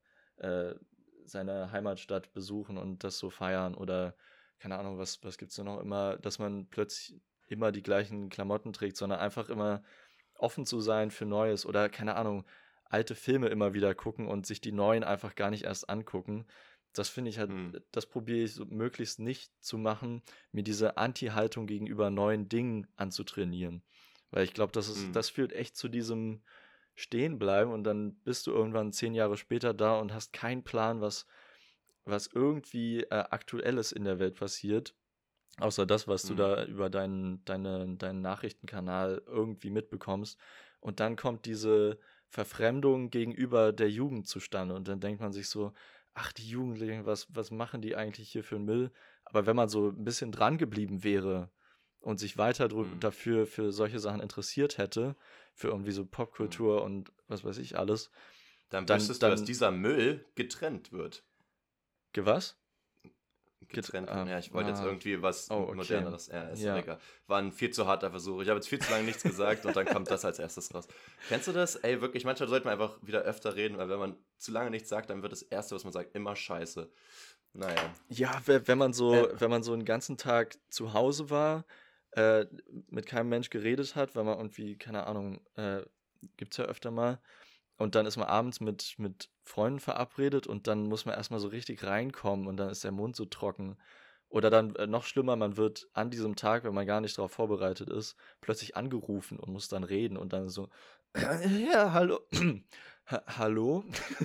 Heimatstadt besuchen und das so feiern. Oder, keine Ahnung, was gibt es da noch immer, dass man plötzlich immer die gleichen Klamotten trägt, sondern einfach immer offen zu sein für Neues. Oder, keine Ahnung, alte Filme immer wieder gucken und sich die neuen einfach gar nicht erst angucken. Das finde ich halt, das probiere ich so möglichst nicht zu machen, mir diese Anti-Haltung gegenüber neuen Dingen anzutrainieren. Weil ich glaube, das führt echt zu diesem Stehenbleiben und dann bist du irgendwann 10 Jahre später da und hast keinen Plan, was irgendwie Aktuelles in der Welt passiert, außer das, was du da über deinen Nachrichtenkanal irgendwie mitbekommst. Und dann kommt diese Verfremdung gegenüber der Jugend zustande und dann denkt man sich so, ach, die Jugendlichen, was machen die eigentlich hier für einen Müll? Aber wenn man so ein bisschen dran geblieben wäre und sich weiter dafür für solche Sachen interessiert hätte, für irgendwie so Popkultur und was weiß ich alles, dann wüsstest du, dass dieser Müll getrennt wird. Was? Getrennt wird. Ja, ich wollte jetzt irgendwie was okay. Moderneres. Ja, ist lecker. War ein viel zu harter Versuch. Ich habe jetzt viel zu lange nichts gesagt und dann kommt das als erstes raus. Kennst du das? Ey, wirklich, manchmal sollte man einfach wieder öfter reden, weil wenn man zu lange nichts sagt, dann wird das Erste, was man sagt, immer scheiße. Naja. Ja, wenn man so einen ganzen Tag zu Hause war, mit keinem Mensch geredet hat, weil man irgendwie, keine Ahnung, gibt's ja öfter mal, und dann ist man abends mit Freunden verabredet und dann muss man erstmal so richtig reinkommen und dann ist der Mund so trocken. Oder dann noch schlimmer, man wird an diesem Tag, wenn man gar nicht darauf vorbereitet ist, plötzlich angerufen und muss dann reden und dann so, ja, hallo, hallo?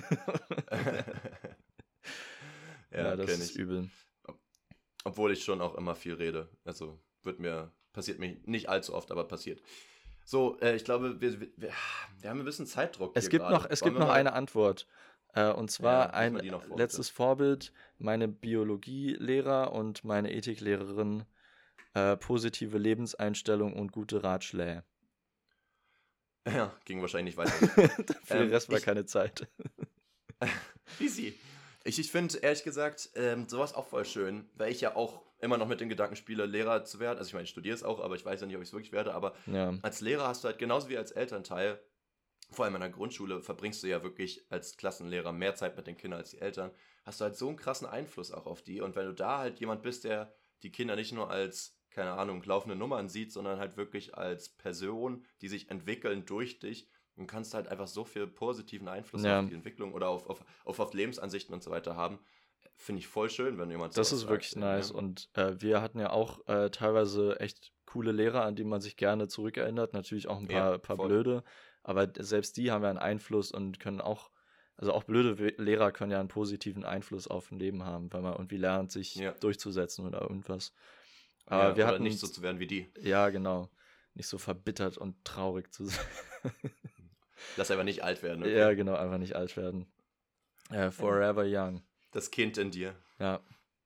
Ja, das ist übel. Obwohl ich schon auch immer viel rede. Also passiert mir nicht allzu oft, aber passiert. So, ich glaube, wir haben ein bisschen Zeitdruck. Es gibt noch eine Antwort. Und zwar ein letztes Vorbild, meine Biologielehrer und meine Ethiklehrerin, positive Lebenseinstellung und gute Ratschläge. Ja, ging wahrscheinlich nicht weiter. Für den Rest war keine Zeit. Easy. Ich finde, ehrlich gesagt, sowas auch voll schön, weil ich ja auch immer noch mit den Gedanken spiele, Lehrer zu werden. Also ich meine, ich studiere es auch, aber ich weiß ja nicht, ob ich es wirklich werde. Aber als Lehrer hast du halt genauso wie als Elternteil vor allem in der Grundschule verbringst du ja wirklich als Klassenlehrer mehr Zeit mit den Kindern als die Eltern, hast du halt so einen krassen Einfluss auch auf die. Und wenn du da halt jemand bist, der die Kinder nicht nur als, keine Ahnung, laufende Nummern sieht, sondern halt wirklich als Person, die sich entwickeln durch dich, dann kannst du halt einfach so viel positiven Einfluss auf die Entwicklung oder auf Lebensansichten und so weiter haben. Finde ich voll schön, wenn jemand Das ist wirklich nice. Und wir hatten ja auch teilweise echt coole Lehrer, an die man sich gerne zurückerinnert. Natürlich auch ein paar blöde, aber selbst die haben ja einen Einfluss und können auch, also auch blöde Lehrer können ja einen positiven Einfluss auf ein Leben haben, weil man irgendwie lernt, sich durchzusetzen oder irgendwas. Aber wir oder hatten nicht so zu werden wie die. Ja, genau. Nicht so verbittert und traurig zu sein. Lass einfach nicht alt werden. Okay? Ja, genau, einfach nicht alt werden. Forever young. Das Kind in dir. Ja.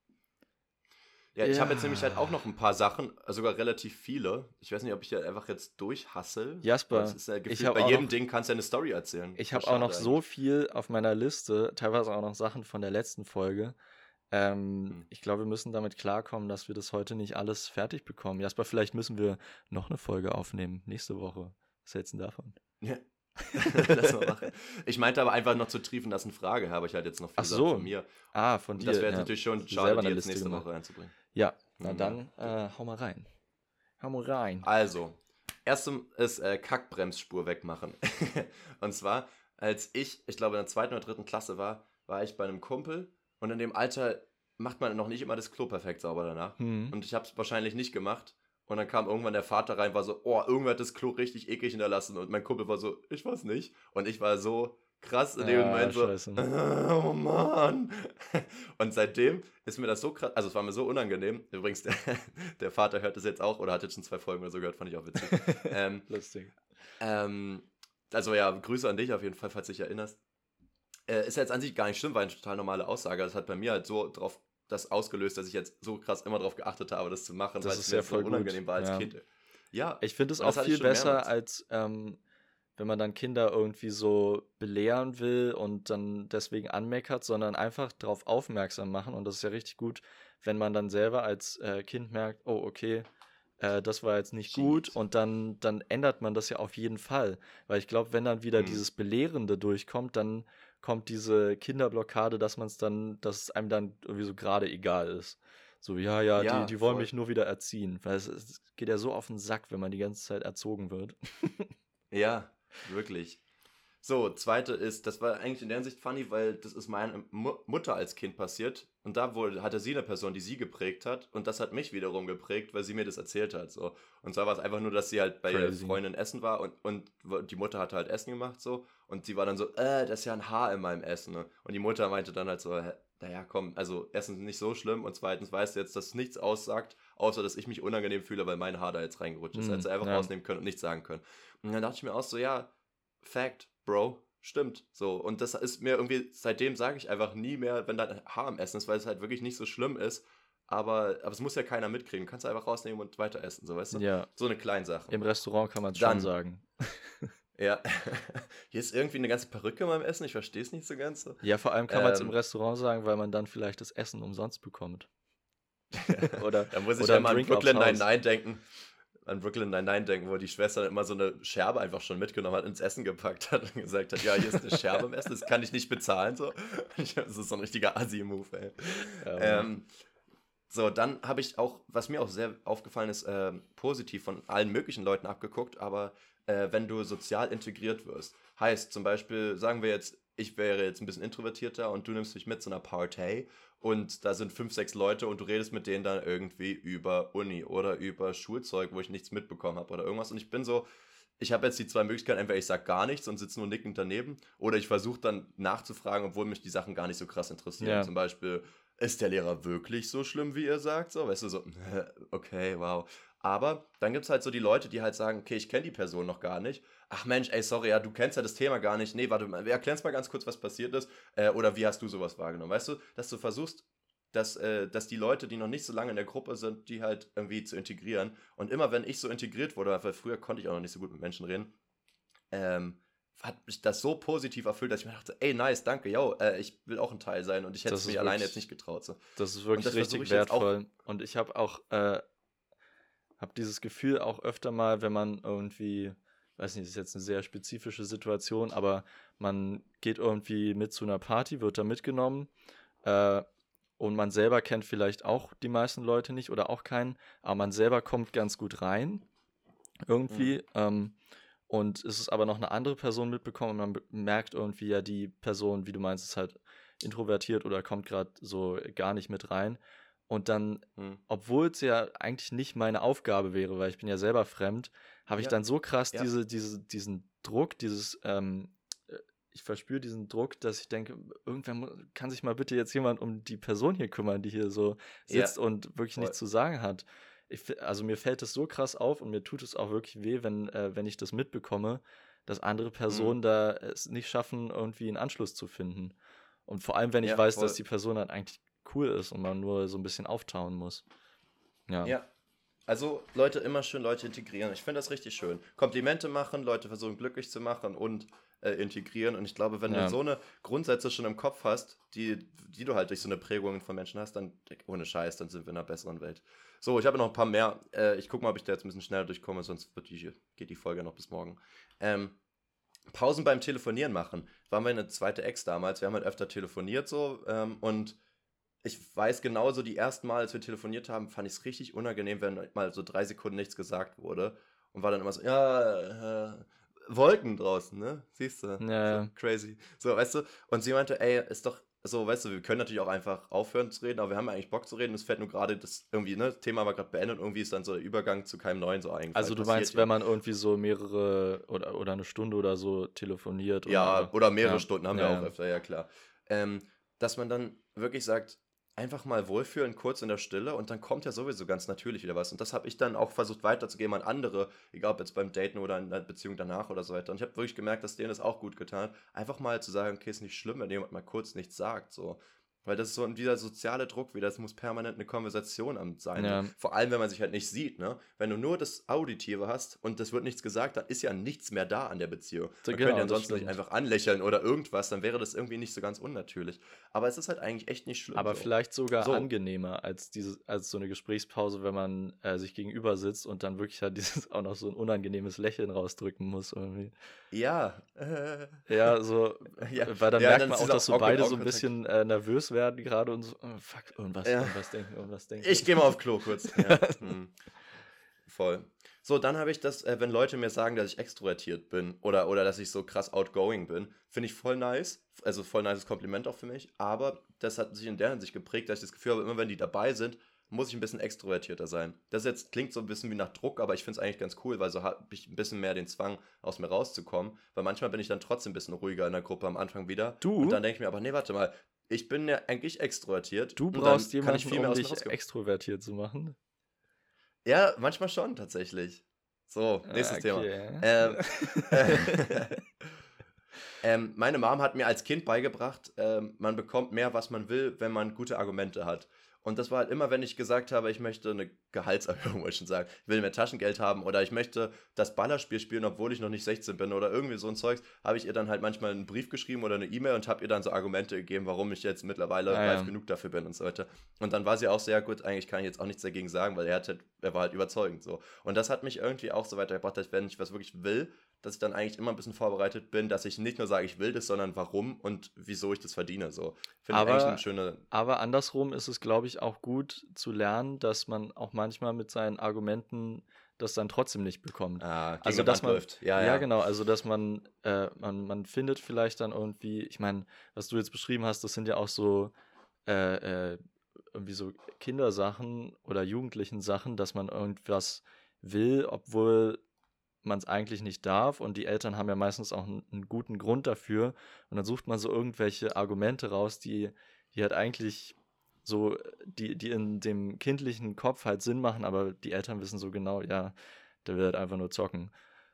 Ja, ich habe jetzt nämlich halt auch noch ein paar Sachen, sogar relativ viele. Ich weiß nicht, ob ich ja einfach jetzt durchhassel. Jasper, das ist ja gefühlt, bei jedem Ding kannst du ja eine Story erzählen. Ich habe auch noch so viel auf meiner Liste, teilweise auch noch Sachen von der letzten Folge. Ich glaube, wir müssen damit klarkommen, dass wir das heute nicht alles fertig bekommen. Jasper, vielleicht müssen wir noch eine Folge aufnehmen, nächste Woche. Was hältst du davon? Ja. Lass mal machen. Ich meinte aber einfach noch zu triefen, dass eine Frage habe ich halt jetzt noch viele Sachen von mir. Von dir. Das wäre natürlich schon schade, die jetzt nächste Woche einzubringen. Ja, na dann hau mal rein. Also, erstes ist Kackbremsspur wegmachen. Und zwar, als ich glaube in der 2. oder 3. Klasse war ich bei einem Kumpel und in dem Alter macht man noch nicht immer das Klo perfekt sauber danach. Und ich habe es wahrscheinlich nicht gemacht. Und dann kam irgendwann der Vater rein, war so, oh, irgendwer hat das Klo richtig eklig hinterlassen. Und mein Kumpel war so, ich weiß nicht. Und ich war so krass in dem Moment so, oh Mann. Und seitdem ist mir das so krass, also es war mir so unangenehm. Übrigens, der Vater hört das jetzt auch oder hat jetzt schon 2 Folgen oder so gehört, fand ich auch witzig. Lustig. Also ja, Grüße an dich auf jeden Fall, falls du dich erinnerst. Ist jetzt an sich gar nicht schlimm, war eine total normale Aussage. Das hat bei mir halt so drauf das ausgelöst, dass ich jetzt so krass immer darauf geachtet habe, das zu machen, weil es mir voll unangenehm war als Kind. Ja, ich finde es auch viel besser, als wenn man dann Kinder irgendwie so belehren will und dann deswegen anmeckert, sondern einfach darauf aufmerksam machen. Und das ist ja richtig gut, wenn man dann selber als Kind merkt, oh, okay, das war jetzt nicht gut, und dann ändert man das ja auf jeden Fall. Weil ich glaube, wenn dann wieder dieses Belehrende durchkommt, dann kommt diese Kinderblockade, dass es einem dann irgendwie so gerade egal ist. So, die wollen mich nur wieder erziehen. Weil es geht ja so auf den Sack, wenn man die ganze Zeit erzogen wird. Ja, wirklich. So, zweite ist, das war eigentlich in der Hinsicht funny, weil das ist meine Mutter als Kind passiert. Und da hatte sie eine Person, die sie geprägt hat. Und das hat mich wiederum geprägt, weil sie mir das erzählt hat. So. Und zwar war es einfach nur, dass sie halt bei ihrer Freundin essen war und die Mutter hatte halt Essen gemacht so. Und sie war dann so, das ist ja ein Haar in meinem Essen. Ne? Und die Mutter meinte dann halt so, naja, komm, also erstens nicht so schlimm und zweitens weißt du jetzt, dass es nichts aussagt, außer dass ich mich unangenehm fühle, weil mein Haar da jetzt reingerutscht ist. Hätte sie einfach rausnehmen können und nichts sagen können. Und dann dachte ich mir auch so, ja, Fact, Bro, stimmt. So, und das ist mir irgendwie, seitdem sage ich einfach nie mehr, wenn da ein Haar im Essen ist, weil es halt wirklich nicht so schlimm ist. Aber es muss ja keiner mitkriegen. Du kannst einfach rausnehmen und weiter essen, so, weißt du? Ja. So eine kleine Sache. Im Restaurant kann man es schon sagen. Ja. Hier ist irgendwie eine ganze Perücke in meinem Essen, ich verstehe es nicht so ganz. So. Ja, vor allem kann man es im Restaurant sagen, weil man dann vielleicht das Essen umsonst bekommt. Oder da muss ich ja mal an Brooklyn Nine-Nine denken. Wo die Schwester dann immer so eine Scherbe einfach schon mitgenommen hat, ins Essen gepackt hat und gesagt hat, ja, hier ist eine Scherbe im Essen, das kann ich nicht bezahlen. So. Das ist so ein richtiger Assi-Move, ey. Ja, so, dann habe ich auch, was mir auch sehr aufgefallen ist, positiv von allen möglichen Leuten abgeguckt, aber wenn du sozial integriert wirst, heißt zum Beispiel, sagen wir jetzt, ich wäre jetzt ein bisschen introvertierter und du nimmst mich mit zu einer Party und da sind 5, 6 Leute und du redest mit denen dann irgendwie über Uni oder über Schulzeug, wo ich nichts mitbekommen habe oder irgendwas. Und ich bin so, ich habe jetzt die 2 Möglichkeiten, entweder ich sage gar nichts und sitze nur nickend daneben oder ich versuche dann nachzufragen, obwohl mich die Sachen gar nicht so krass interessieren. Ja. Zum Beispiel, ist der Lehrer wirklich so schlimm, wie er sagt? So, weißt du, so, okay, wow. Aber dann gibt es halt so die Leute, die halt sagen, okay, ich kenne die Person noch gar nicht. Ach Mensch, ey, sorry, ja, du kennst ja das Thema gar nicht. Nee, warte mal, erklär's mal ganz kurz, was passiert ist. Oder wie hast du sowas wahrgenommen? Weißt du, dass du versuchst, dass die Leute, die noch nicht so lange in der Gruppe sind, die halt irgendwie zu integrieren. Und immer wenn ich so integriert wurde, weil früher konnte ich auch noch nicht so gut mit Menschen reden, hat mich das so positiv erfüllt, dass ich mir dachte, ey, nice, danke, yo, ich will auch ein Teil sein und ich hätte es mir alleine jetzt nicht getraut. So. Das ist wirklich richtig wertvoll. Und ich habe auch dieses Gefühl auch öfter mal, wenn man irgendwie weiß nicht, das ist jetzt eine sehr spezifische Situation, aber man geht irgendwie mit zu einer Party, wird da mitgenommen, und man selber kennt vielleicht auch die meisten Leute nicht oder auch keinen, aber man selber kommt ganz gut rein irgendwie, und es ist aber noch eine andere Person mitbekommen und man merkt irgendwie, ja, die Person, wie du meinst, ist halt introvertiert oder kommt gerade so gar nicht mit rein. Und dann, obwohl es ja eigentlich nicht meine Aufgabe wäre, weil ich bin ja selber fremd, habe ich dann so krass diesen Druck, ich verspüre diesen Druck, dass ich denke, irgendwann kann sich mal bitte jetzt jemand um die Person hier kümmern, die hier so sitzt und wirklich nichts zu sagen hat. Also mir fällt es so krass auf und mir tut es auch wirklich weh, wenn ich das mitbekomme, dass andere Personen da es nicht schaffen, irgendwie einen Anschluss zu finden. Und vor allem, wenn ich weiß, dass die Person dann eigentlich cool ist und man nur so ein bisschen auftauen muss. Ja. Also Leute, immer schön Leute integrieren. Ich finde das richtig schön. Komplimente machen, Leute versuchen glücklich zu machen und integrieren. Und ich glaube, wenn du so eine Grundsätze schon im Kopf hast, die du halt durch so eine Prägung von Menschen hast, dann ohne Scheiß, dann sind wir in einer besseren Welt. So, ich habe noch ein paar mehr. Ich gucke mal, ob ich da jetzt ein bisschen schneller durchkomme, sonst geht die Folge noch bis morgen. Pausen beim Telefonieren machen. Waren wir eine zweite Ex damals. Wir haben halt öfter telefoniert so und ich weiß genauso, die ersten Mal, als wir telefoniert haben, fand ich es richtig unangenehm, wenn mal so 3 Sekunden nichts gesagt wurde und war dann immer so, Wolken draußen, ne? Siehst du? Ja. So crazy. So, weißt du? Und sie meinte, ey, ist doch so, weißt du, wir können natürlich auch einfach aufhören zu reden, aber wir haben ja eigentlich Bock zu reden. Es fällt nur gerade das irgendwie, ne? Das Thema war gerade beendet und irgendwie ist dann so der Übergang zu keinem neuen so eingefallen. Also du meinst, wenn man irgendwie so mehrere oder eine Stunde oder so telefoniert? Oder mehrere Stunden haben wir auch öfter, ja klar. Dass man dann wirklich sagt, einfach mal wohlfühlen, kurz in der Stille und dann kommt ja sowieso ganz natürlich wieder was. Und das habe ich dann auch versucht weiterzugeben an andere, egal ob jetzt beim Daten oder in der Beziehung danach oder so weiter. Und ich habe wirklich gemerkt, dass denen das auch gut getan hat, einfach mal zu sagen, okay, ist nicht schlimm, wenn jemand mal kurz nichts sagt, so. Weil das ist so dieser soziale Druck wieder, es muss permanent eine Konversation sein. Ja. Vor allem, wenn man sich halt nicht sieht, ne? Wenn du nur das Auditive hast und das wird nichts gesagt, dann ist ja nichts mehr da an der Beziehung. Man könnte ja ansonsten nicht einfach anlächeln oder irgendwas, dann wäre das irgendwie nicht so ganz unnatürlich. Aber es ist halt eigentlich echt nicht schlimm. Aber vielleicht sogar angenehmer als so eine Gesprächspause, wenn man sich gegenüber sitzt und dann wirklich halt auch noch so ein unangenehmes Lächeln rausdrücken muss irgendwie. Ja. Ja, so, weil dann merkt man auch, dass so beide so ein bisschen nervös werden gerade und so, fuck, irgendwas denken. Ich gehe mal auf Klo kurz. Ja. Voll. So, dann habe ich das, wenn Leute mir sagen, dass ich extrovertiert bin oder dass ich so krass outgoing bin, finde ich voll nice. Also voll nices Kompliment auch für mich. Aber das hat sich in der Hinsicht geprägt, dass ich das Gefühl habe, immer wenn die dabei sind, muss ich ein bisschen extrovertierter sein. Das jetzt klingt so ein bisschen wie nach Druck, aber ich finde es eigentlich ganz cool, weil so habe ich ein bisschen mehr den Zwang, aus mir rauszukommen. Weil manchmal bin ich dann trotzdem ein bisschen ruhiger in der Gruppe am Anfang wieder. Und dann denke ich mir aber, nee, warte mal, ich bin ja eigentlich extrovertiert. Du brauchst jemanden, um dich extrovertiert zu machen? Ja, manchmal schon, tatsächlich. So, nächstes Thema. Meine Mom hat mir als Kind beigebracht, man bekommt mehr, was man will, wenn man gute Argumente hat. Und das war halt immer, wenn ich gesagt habe, ich möchte eine Gehaltserhöhung, wollte ich schon sagen, ich will mehr Taschengeld haben oder ich möchte das Ballerspiel spielen, obwohl ich noch nicht 16 bin oder irgendwie so ein Zeugs, habe ich ihr dann halt manchmal einen Brief geschrieben oder eine E-Mail und habe ihr dann so Argumente gegeben, warum ich jetzt mittlerweile reif genug dafür bin und so weiter. Und dann war sie auch sehr gut, eigentlich kann ich jetzt auch nichts dagegen sagen, weil er war halt überzeugend so. Und das hat mich irgendwie auch so weitergebracht, dass wenn ich was wirklich will, dass ich dann eigentlich immer ein bisschen vorbereitet bin, dass ich nicht nur sage, ich will das, sondern warum und wieso ich das verdiene. So. Finde ich eigentlich eine schöne... Aber andersrum ist es, glaube ich, auch gut zu lernen, dass man auch manchmal mit seinen Argumenten das dann trotzdem nicht bekommt. Also dass man läuft. Ja, genau. Also dass man findet vielleicht dann irgendwie, ich meine, was du jetzt beschrieben hast, das sind ja auch so irgendwie so Kindersachen oder jugendlichen Sachen, dass man irgendwas will, obwohl man es eigentlich nicht darf und die Eltern haben ja meistens auch einen guten Grund dafür und dann sucht man so irgendwelche Argumente raus, die halt eigentlich so, die in dem kindlichen Kopf halt Sinn machen, aber die Eltern wissen so genau, ja, der will halt einfach nur zocken.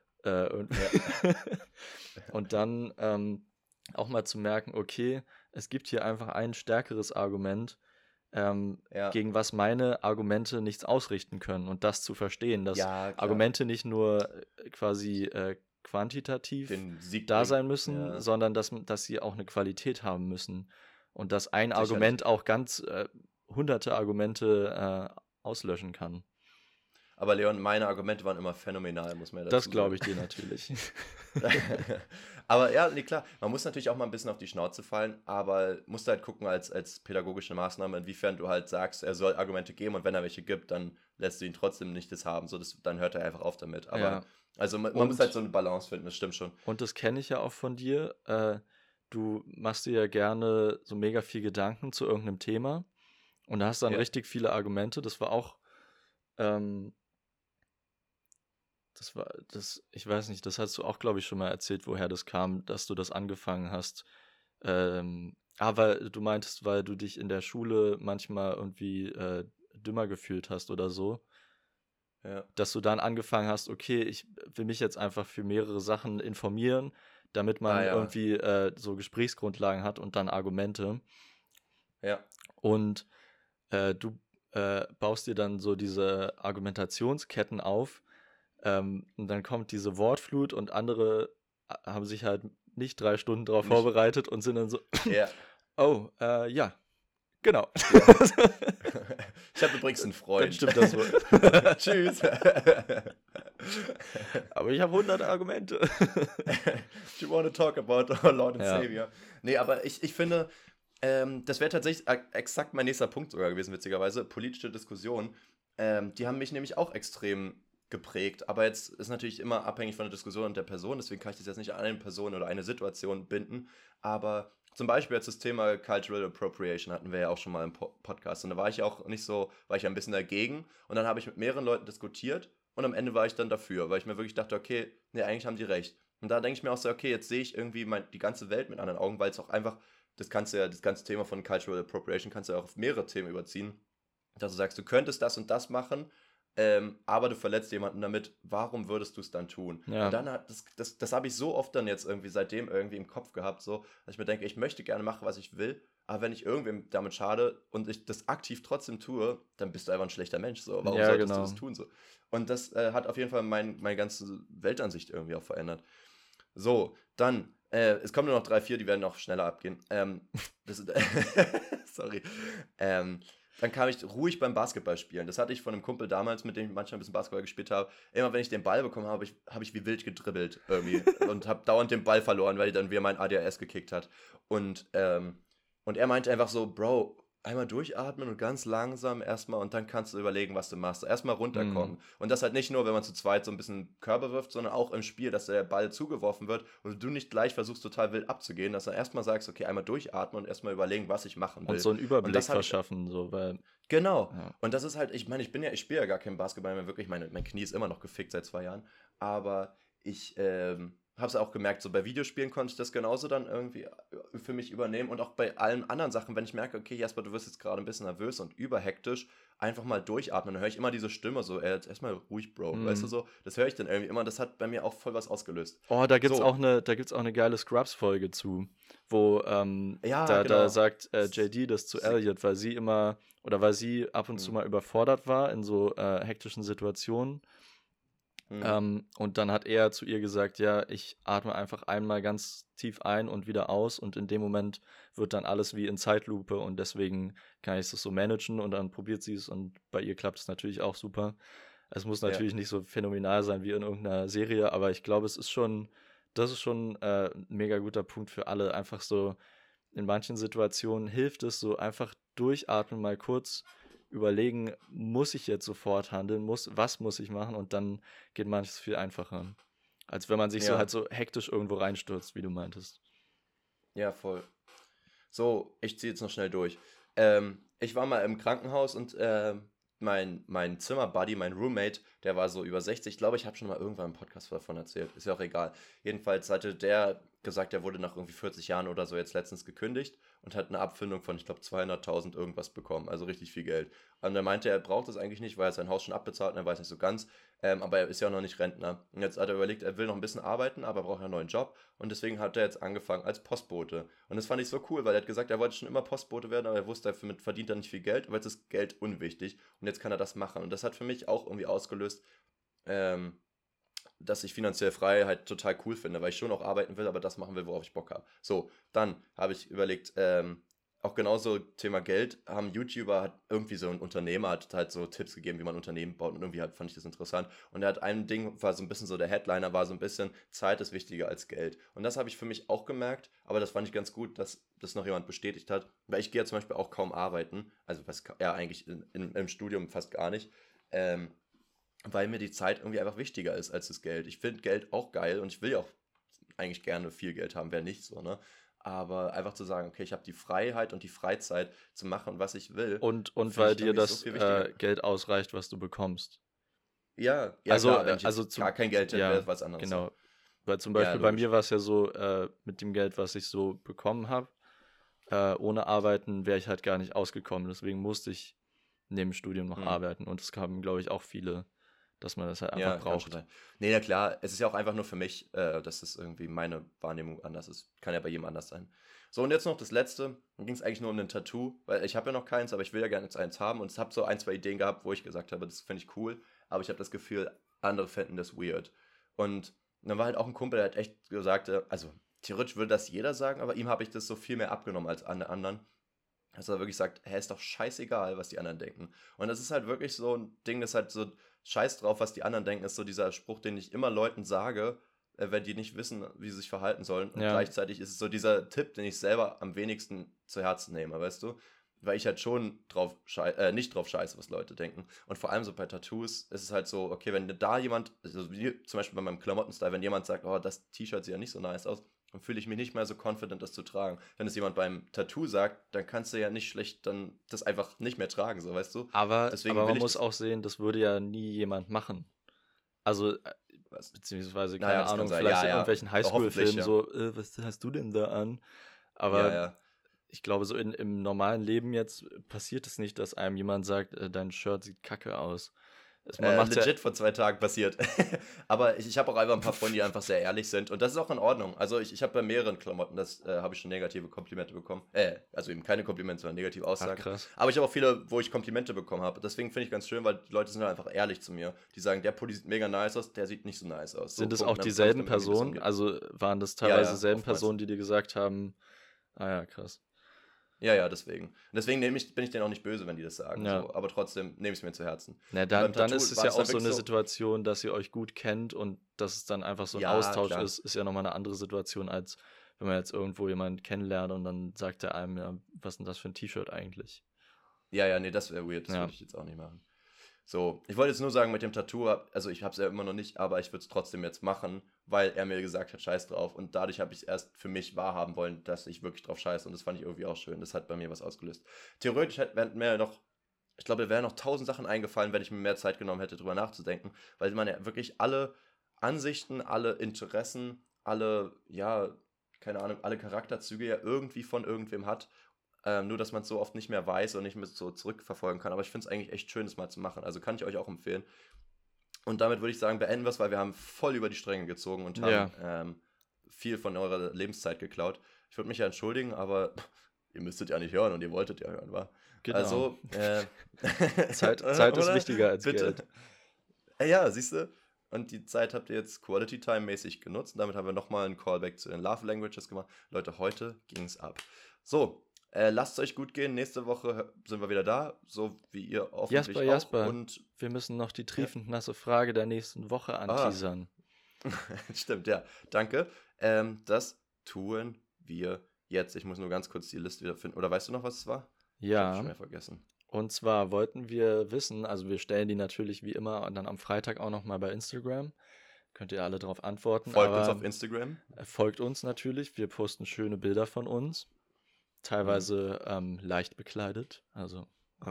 Und dann auch mal zu merken, okay, es gibt hier einfach ein stärkeres Argument, gegen was meine Argumente nichts ausrichten können und das zu verstehen, dass Argumente nicht nur quasi quantitativ da sein müssen, sondern dass sie auch eine Qualität haben müssen und dass ein Argument auch ganz hunderte Argumente auslöschen kann. Aber Leon, meine Argumente waren immer phänomenal, muss man ja dazu Das sagen. glaube ich dir natürlich. Aber ja, nee, klar, man muss natürlich auch mal ein bisschen auf die Schnauze fallen, aber musst halt gucken als pädagogische Maßnahme, inwiefern du halt sagst, er soll Argumente geben und wenn er welche gibt, dann lässt du ihn trotzdem nicht das haben, so dann hört er einfach auf damit. Aber Ja. also man muss halt so eine Balance finden, das stimmt schon. Und das kenne ich ja auch von dir. Du machst dir ja gerne so mega viel Gedanken zu irgendeinem Thema und da hast dann Ja. richtig viele Argumente. Das war auch, ich weiß nicht, das hast du auch, glaube ich, schon mal erzählt, woher das kam, dass du das angefangen hast. Weil du meintest, weil du dich in der Schule manchmal irgendwie dümmer gefühlt hast oder so. Ja. Dass du dann angefangen hast, okay, ich will mich jetzt einfach für mehrere Sachen informieren, damit man ja. irgendwie so Gesprächsgrundlagen hat und dann Argumente. Ja. Und du baust dir dann so diese Argumentationsketten auf und dann kommt diese Wortflut und andere haben sich halt nicht 3 Stunden drauf vorbereitet und sind dann so, Ja. oh, ja, genau. Ich habe übrigens einen Freund. Dann stimmt das wohl. Tschüss. Aber ich habe 100 Argumente. Do you want to talk about our Lord and Ja. Savior? Nee, aber ich finde, das wäre tatsächlich exakt mein nächster Punkt sogar gewesen, witzigerweise. Politische Diskussionen. Die haben mich nämlich auch extrem geprägt. Aber jetzt ist natürlich immer abhängig von der Diskussion und der Person. Deswegen kann ich das jetzt nicht an eine Person oder eine Situation binden. Aber zum Beispiel jetzt das Thema Cultural Appropriation hatten wir ja auch schon mal im Podcast. Und da war ich auch nicht so, war ich ein bisschen dagegen. Und dann habe ich mit mehreren Leuten diskutiert. Und am Ende war ich dann dafür, weil ich mir wirklich dachte, okay, nee, eigentlich haben die recht. Und da denke ich mir auch so, okay, jetzt sehe ich irgendwie die ganze Welt mit anderen Augen, weil es auch einfach, das ganze Thema von Cultural Appropriation kannst du ja auch auf mehrere Themen überziehen. Dass du sagst, du könntest das und das machen, aber du verletzt jemanden damit, warum würdest du es dann tun? Ja. Und dann das habe ich so oft dann jetzt irgendwie seitdem irgendwie im Kopf gehabt, so, dass ich mir denke, ich möchte gerne machen, was ich will, aber wenn ich irgendwem damit schade und ich das aktiv trotzdem tue, dann bist du einfach ein schlechter Mensch, so. Warum Ja, solltest genau. du das tun, so? Und das hat auf jeden Fall meine ganze Weltansicht irgendwie auch verändert. So, dann, es kommen nur noch 3, 4, die werden noch schneller abgehen. Sorry. Dann kam ich ruhig beim Basketball spielen. Das hatte ich von einem Kumpel damals, mit dem ich manchmal ein bisschen Basketball gespielt habe. Immer wenn ich den Ball bekommen habe, habe ich wie wild gedribbelt irgendwie und habe dauernd den Ball verloren, weil dann wieder mein ADHS gekickt hat. Und er meinte einfach so, Bro, einmal durchatmen und ganz langsam erstmal und dann kannst du überlegen, was du machst. Erstmal runterkommen. Und das halt nicht nur, wenn man zu zweit so ein bisschen Körbe wirft, sondern auch im Spiel, dass der Ball zugeworfen wird und du nicht gleich versuchst, total wild abzugehen, dass du erstmal sagst, okay, einmal durchatmen und erstmal überlegen, was ich machen will. Und so einen Überblick das verschaffen, so, weil. Genau. Ja. Und das ist halt, ich meine, ich spiele ja gar kein Basketball mehr wirklich, mein Knie ist immer noch gefickt seit 2 Jahren, aber ich habe es auch gemerkt, so bei Videospielen konnte ich das genauso dann irgendwie für mich übernehmen und auch bei allen anderen Sachen, wenn ich merke, okay, Jasper, du wirst jetzt gerade ein bisschen nervös und überhektisch, einfach mal durchatmen, dann höre ich immer diese Stimme so, jetzt erstmal ruhig, Bro, weißt du so, das höre ich dann irgendwie immer, das hat bei mir auch voll was ausgelöst. Oh, da gibt's So. auch eine geile Scrubs-Folge zu, wo Ja, da sagt JD das zu Elliot, weil sie ab und zu Mhm. mal überfordert war in so hektischen Situationen. Und dann hat er zu ihr gesagt, ja, ich atme einfach einmal ganz tief ein und wieder aus und in dem Moment wird dann alles wie in Zeitlupe und deswegen kann ich es so managen und dann probiert sie es und bei ihr klappt es natürlich auch super. Es muss natürlich nicht so phänomenal sein wie in irgendeiner Serie, aber ich glaube, das ist schon ein mega guter Punkt für alle. Einfach so, in manchen Situationen hilft es so einfach durchatmen, mal kurz überlegen, muss ich jetzt sofort handeln, was muss ich machen und dann geht manches viel einfacher. Als wenn man sich so halt so hektisch irgendwo reinstürzt, wie du meintest. Ja, voll. So, ich ziehe jetzt noch schnell durch. Ich war mal im Krankenhaus und mein Zimmerbuddy, mein Roommate, der war so über 60. Ich glaube, ich habe schon mal irgendwann im Podcast davon erzählt. Ist ja auch egal. Jedenfalls hatte der gesagt, er wurde nach irgendwie 40 Jahren oder so jetzt letztens gekündigt und hat eine Abfindung von, ich glaube, 200.000 irgendwas bekommen. Also richtig viel Geld. Und er meinte, er braucht das eigentlich nicht, weil er sein Haus schon abbezahlt und er weiß nicht so ganz. Aber er ist ja auch noch nicht Rentner. Und jetzt hat er überlegt, er will noch ein bisschen arbeiten, aber er braucht einen neuen Job. Und deswegen hat er jetzt angefangen als Postbote. Und das fand ich so cool, weil er hat gesagt, er wollte schon immer Postbote werden, aber er wusste, damit verdient er nicht viel Geld, aber jetzt ist Geld unwichtig. Und jetzt kann er das machen. Und das hat für mich auch irgendwie ausgelöst, dass ich finanziell Freiheit total cool finde, weil ich schon auch arbeiten will, aber das machen will, worauf ich Bock habe. So, dann habe ich überlegt, auch genauso Thema Geld, haben YouTuber, hat irgendwie so ein Unternehmer, hat halt so Tipps gegeben, wie man Unternehmen baut und irgendwie fand ich das interessant. Und er hat ein Ding, war so ein bisschen so, der Headliner war so ein bisschen, Zeit ist wichtiger als Geld. Und das habe ich für mich auch gemerkt, aber das fand ich ganz gut, dass das noch jemand bestätigt hat, weil ich gehe ja zum Beispiel auch kaum arbeiten, also eigentlich im Studium fast gar nicht, weil mir die Zeit irgendwie einfach wichtiger ist als das Geld. Ich finde Geld auch geil und ich will ja auch eigentlich gerne viel Geld haben, wäre nicht so, ne? Aber einfach zu sagen, okay, ich habe die Freiheit und die Freizeit zu machen, was ich will. Und weil dir das Geld ausreicht, was du bekommst. Ja, also, klar, wenn ich also gar kein Geld hätte, wäre was anderes. Genau, weil zum Beispiel bei mir war es ja so, mit dem Geld, was ich so bekommen habe, ohne Arbeiten wäre ich halt gar nicht ausgekommen. Deswegen musste ich neben dem Studium noch arbeiten. Und das haben, glaube ich, auch viele, dass man das halt einfach braucht. Nee, ja klar, es ist ja auch einfach nur für mich, dass das irgendwie meine Wahrnehmung anders ist. Kann ja bei jedem anders sein. So, und jetzt noch das Letzte. Dann ging es eigentlich nur um ein Tattoo, weil ich habe ja noch keins, aber ich will ja gerne jetzt eins haben. Und ich habe so 1, 2 Ideen gehabt, wo ich gesagt habe, das finde ich cool. Aber ich habe das Gefühl, andere fänden das weird. Und dann war halt auch ein Kumpel, der hat echt gesagt, also theoretisch würde das jeder sagen, aber ihm habe ich das so viel mehr abgenommen als an anderen. Dass er wirklich sagt, ist doch scheißegal, was die anderen denken. Und das ist halt wirklich so ein Ding, das halt so scheiß drauf, was die anderen denken, ist so dieser Spruch, den ich immer Leuten sage, wenn die nicht wissen, wie sie sich verhalten sollen. Und gleichzeitig ist es so dieser Tipp, den ich selber am wenigsten zu Herzen nehme, weißt du? Weil ich halt schon nicht drauf scheiße, was Leute denken. Und vor allem so bei Tattoos ist es halt so, okay, wenn da jemand, also wie zum Beispiel bei meinem Klamottenstyle, wenn jemand sagt, oh, das T-Shirt sieht ja nicht so nice aus, dann fühle ich mich nicht mehr so confident, das zu tragen. Wenn es jemand beim Tattoo sagt, dann kannst du ja nicht schlecht dann das einfach nicht mehr tragen, so, weißt du? Aber man muss auch sehen, das würde ja nie jemand machen. Also, beziehungsweise, keine Ahnung, vielleicht in irgendwelchen Highschool-Filmen so, was hast du denn da an? Aber ich glaube, so im normalen Leben jetzt passiert es nicht, dass einem jemand sagt, dein Shirt sieht kacke aus. Legit vor 2 Tagen passiert. Aber ich habe auch einfach ein paar Freunde, die einfach sehr ehrlich sind. Und das ist auch in Ordnung. Also ich habe bei mehreren Klamotten, das habe ich schon negative Komplimente bekommen. Also eben keine Komplimente, sondern negative Aussagen. Ach, krass. Aber ich habe auch viele, wo ich Komplimente bekommen habe. Deswegen finde ich ganz schön, weil die Leute sind halt einfach ehrlich zu mir. Die sagen, der Pulli sieht mega nice aus, der sieht nicht so nice aus. Sind es auch dieselben Personen? Also waren das teilweise dieselben Personen, die dir gesagt haben, krass. Ja, deswegen. Und deswegen bin ich denen auch nicht böse, wenn die das sagen. Ja. So. Aber trotzdem nehme ich es mir zu Herzen. Na, dann ist es ja auch so eine Situation, dass ihr euch gut kennt und dass es dann einfach so ein Austausch ist ja nochmal eine andere Situation, als wenn man jetzt irgendwo jemanden kennenlernt und dann sagt er einem, ja, was ist denn das für ein T-Shirt eigentlich? Ja, nee, das wäre weird. Das würde ich jetzt auch nicht machen. So, ich wollte jetzt nur sagen, mit dem Tattoo, also ich habe es ja immer noch nicht, aber ich würde es trotzdem jetzt machen, weil er mir gesagt hat, scheiß drauf. Und dadurch habe ich es erst für mich wahrhaben wollen, dass ich wirklich drauf scheiße. Und das fand ich irgendwie auch schön. Das hat bei mir was ausgelöst. Theoretisch wären mir noch 1000 Sachen eingefallen, wenn ich mir mehr Zeit genommen hätte, drüber nachzudenken. Weil man ja wirklich alle Ansichten, alle Interessen, alle Charakterzüge ja irgendwie von irgendwem hat. Nur, dass man es so oft nicht mehr weiß und nicht mehr so zurückverfolgen kann. Aber ich finde es eigentlich echt schön, das mal zu machen. Also kann ich euch auch empfehlen. Und damit würde ich sagen, beenden wir es, weil wir haben voll über die Stränge gezogen und haben viel von eurer Lebenszeit geklaut. Ich würde mich ja entschuldigen, aber ihr müsstet ja nicht hören und ihr wolltet ja hören, wa? Genau. Also, Zeit ist wichtiger als Geld. Ja, siehst du? Und die Zeit habt ihr jetzt Quality Time mäßig genutzt. Und damit haben wir nochmal einen Callback zu den Love Languages gemacht. Leute, heute ging es ab. So, lasst es euch gut gehen. Nächste Woche sind wir wieder da, so wie ihr hoffentlich Jasper, und wir müssen noch die triefend nasse Frage der nächsten Woche anteasern. Stimmt, ja. Danke. Das tun wir jetzt. Ich muss nur ganz kurz die Liste wieder finden. Oder weißt du noch, was es war? Ja. Ich hab's schon mehr vergessen. Und zwar wollten wir wissen, also wir stellen die natürlich wie immer und dann am Freitag auch nochmal bei Instagram. Könnt ihr alle drauf antworten. Folgt uns auf Instagram. Folgt uns natürlich. Wir posten schöne Bilder von uns. Teilweise leicht bekleidet. Also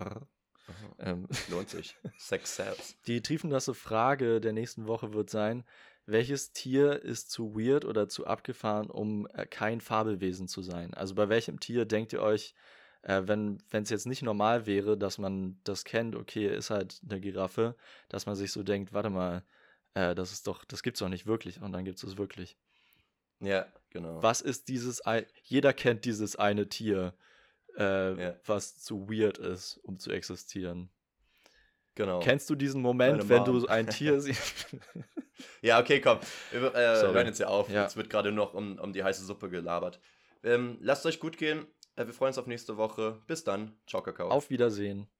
lohnt sich. Sex sells. Die triefennasse Frage der nächsten Woche wird sein, welches Tier ist zu weird oder zu abgefahren, um kein Fabelwesen zu sein? Also bei welchem Tier denkt ihr euch, wenn es jetzt nicht normal wäre, dass man das kennt, okay, ist halt eine Giraffe, dass man sich so denkt, warte mal, das gibt's doch nicht wirklich und dann gibt's es wirklich. Ja, genau. Was ist jeder kennt dieses eine Tier, was zu weird ist, um zu existieren. Genau. Kennst du diesen Moment, wenn du ein Tier siehst? Ja, okay, komm. Wir hören jetzt ja auf. Ja. Jetzt wird gerade noch um die heiße Suppe gelabert. Lasst euch gut gehen. Wir freuen uns auf nächste Woche. Bis dann. Ciao, Kakao. Auf Wiedersehen.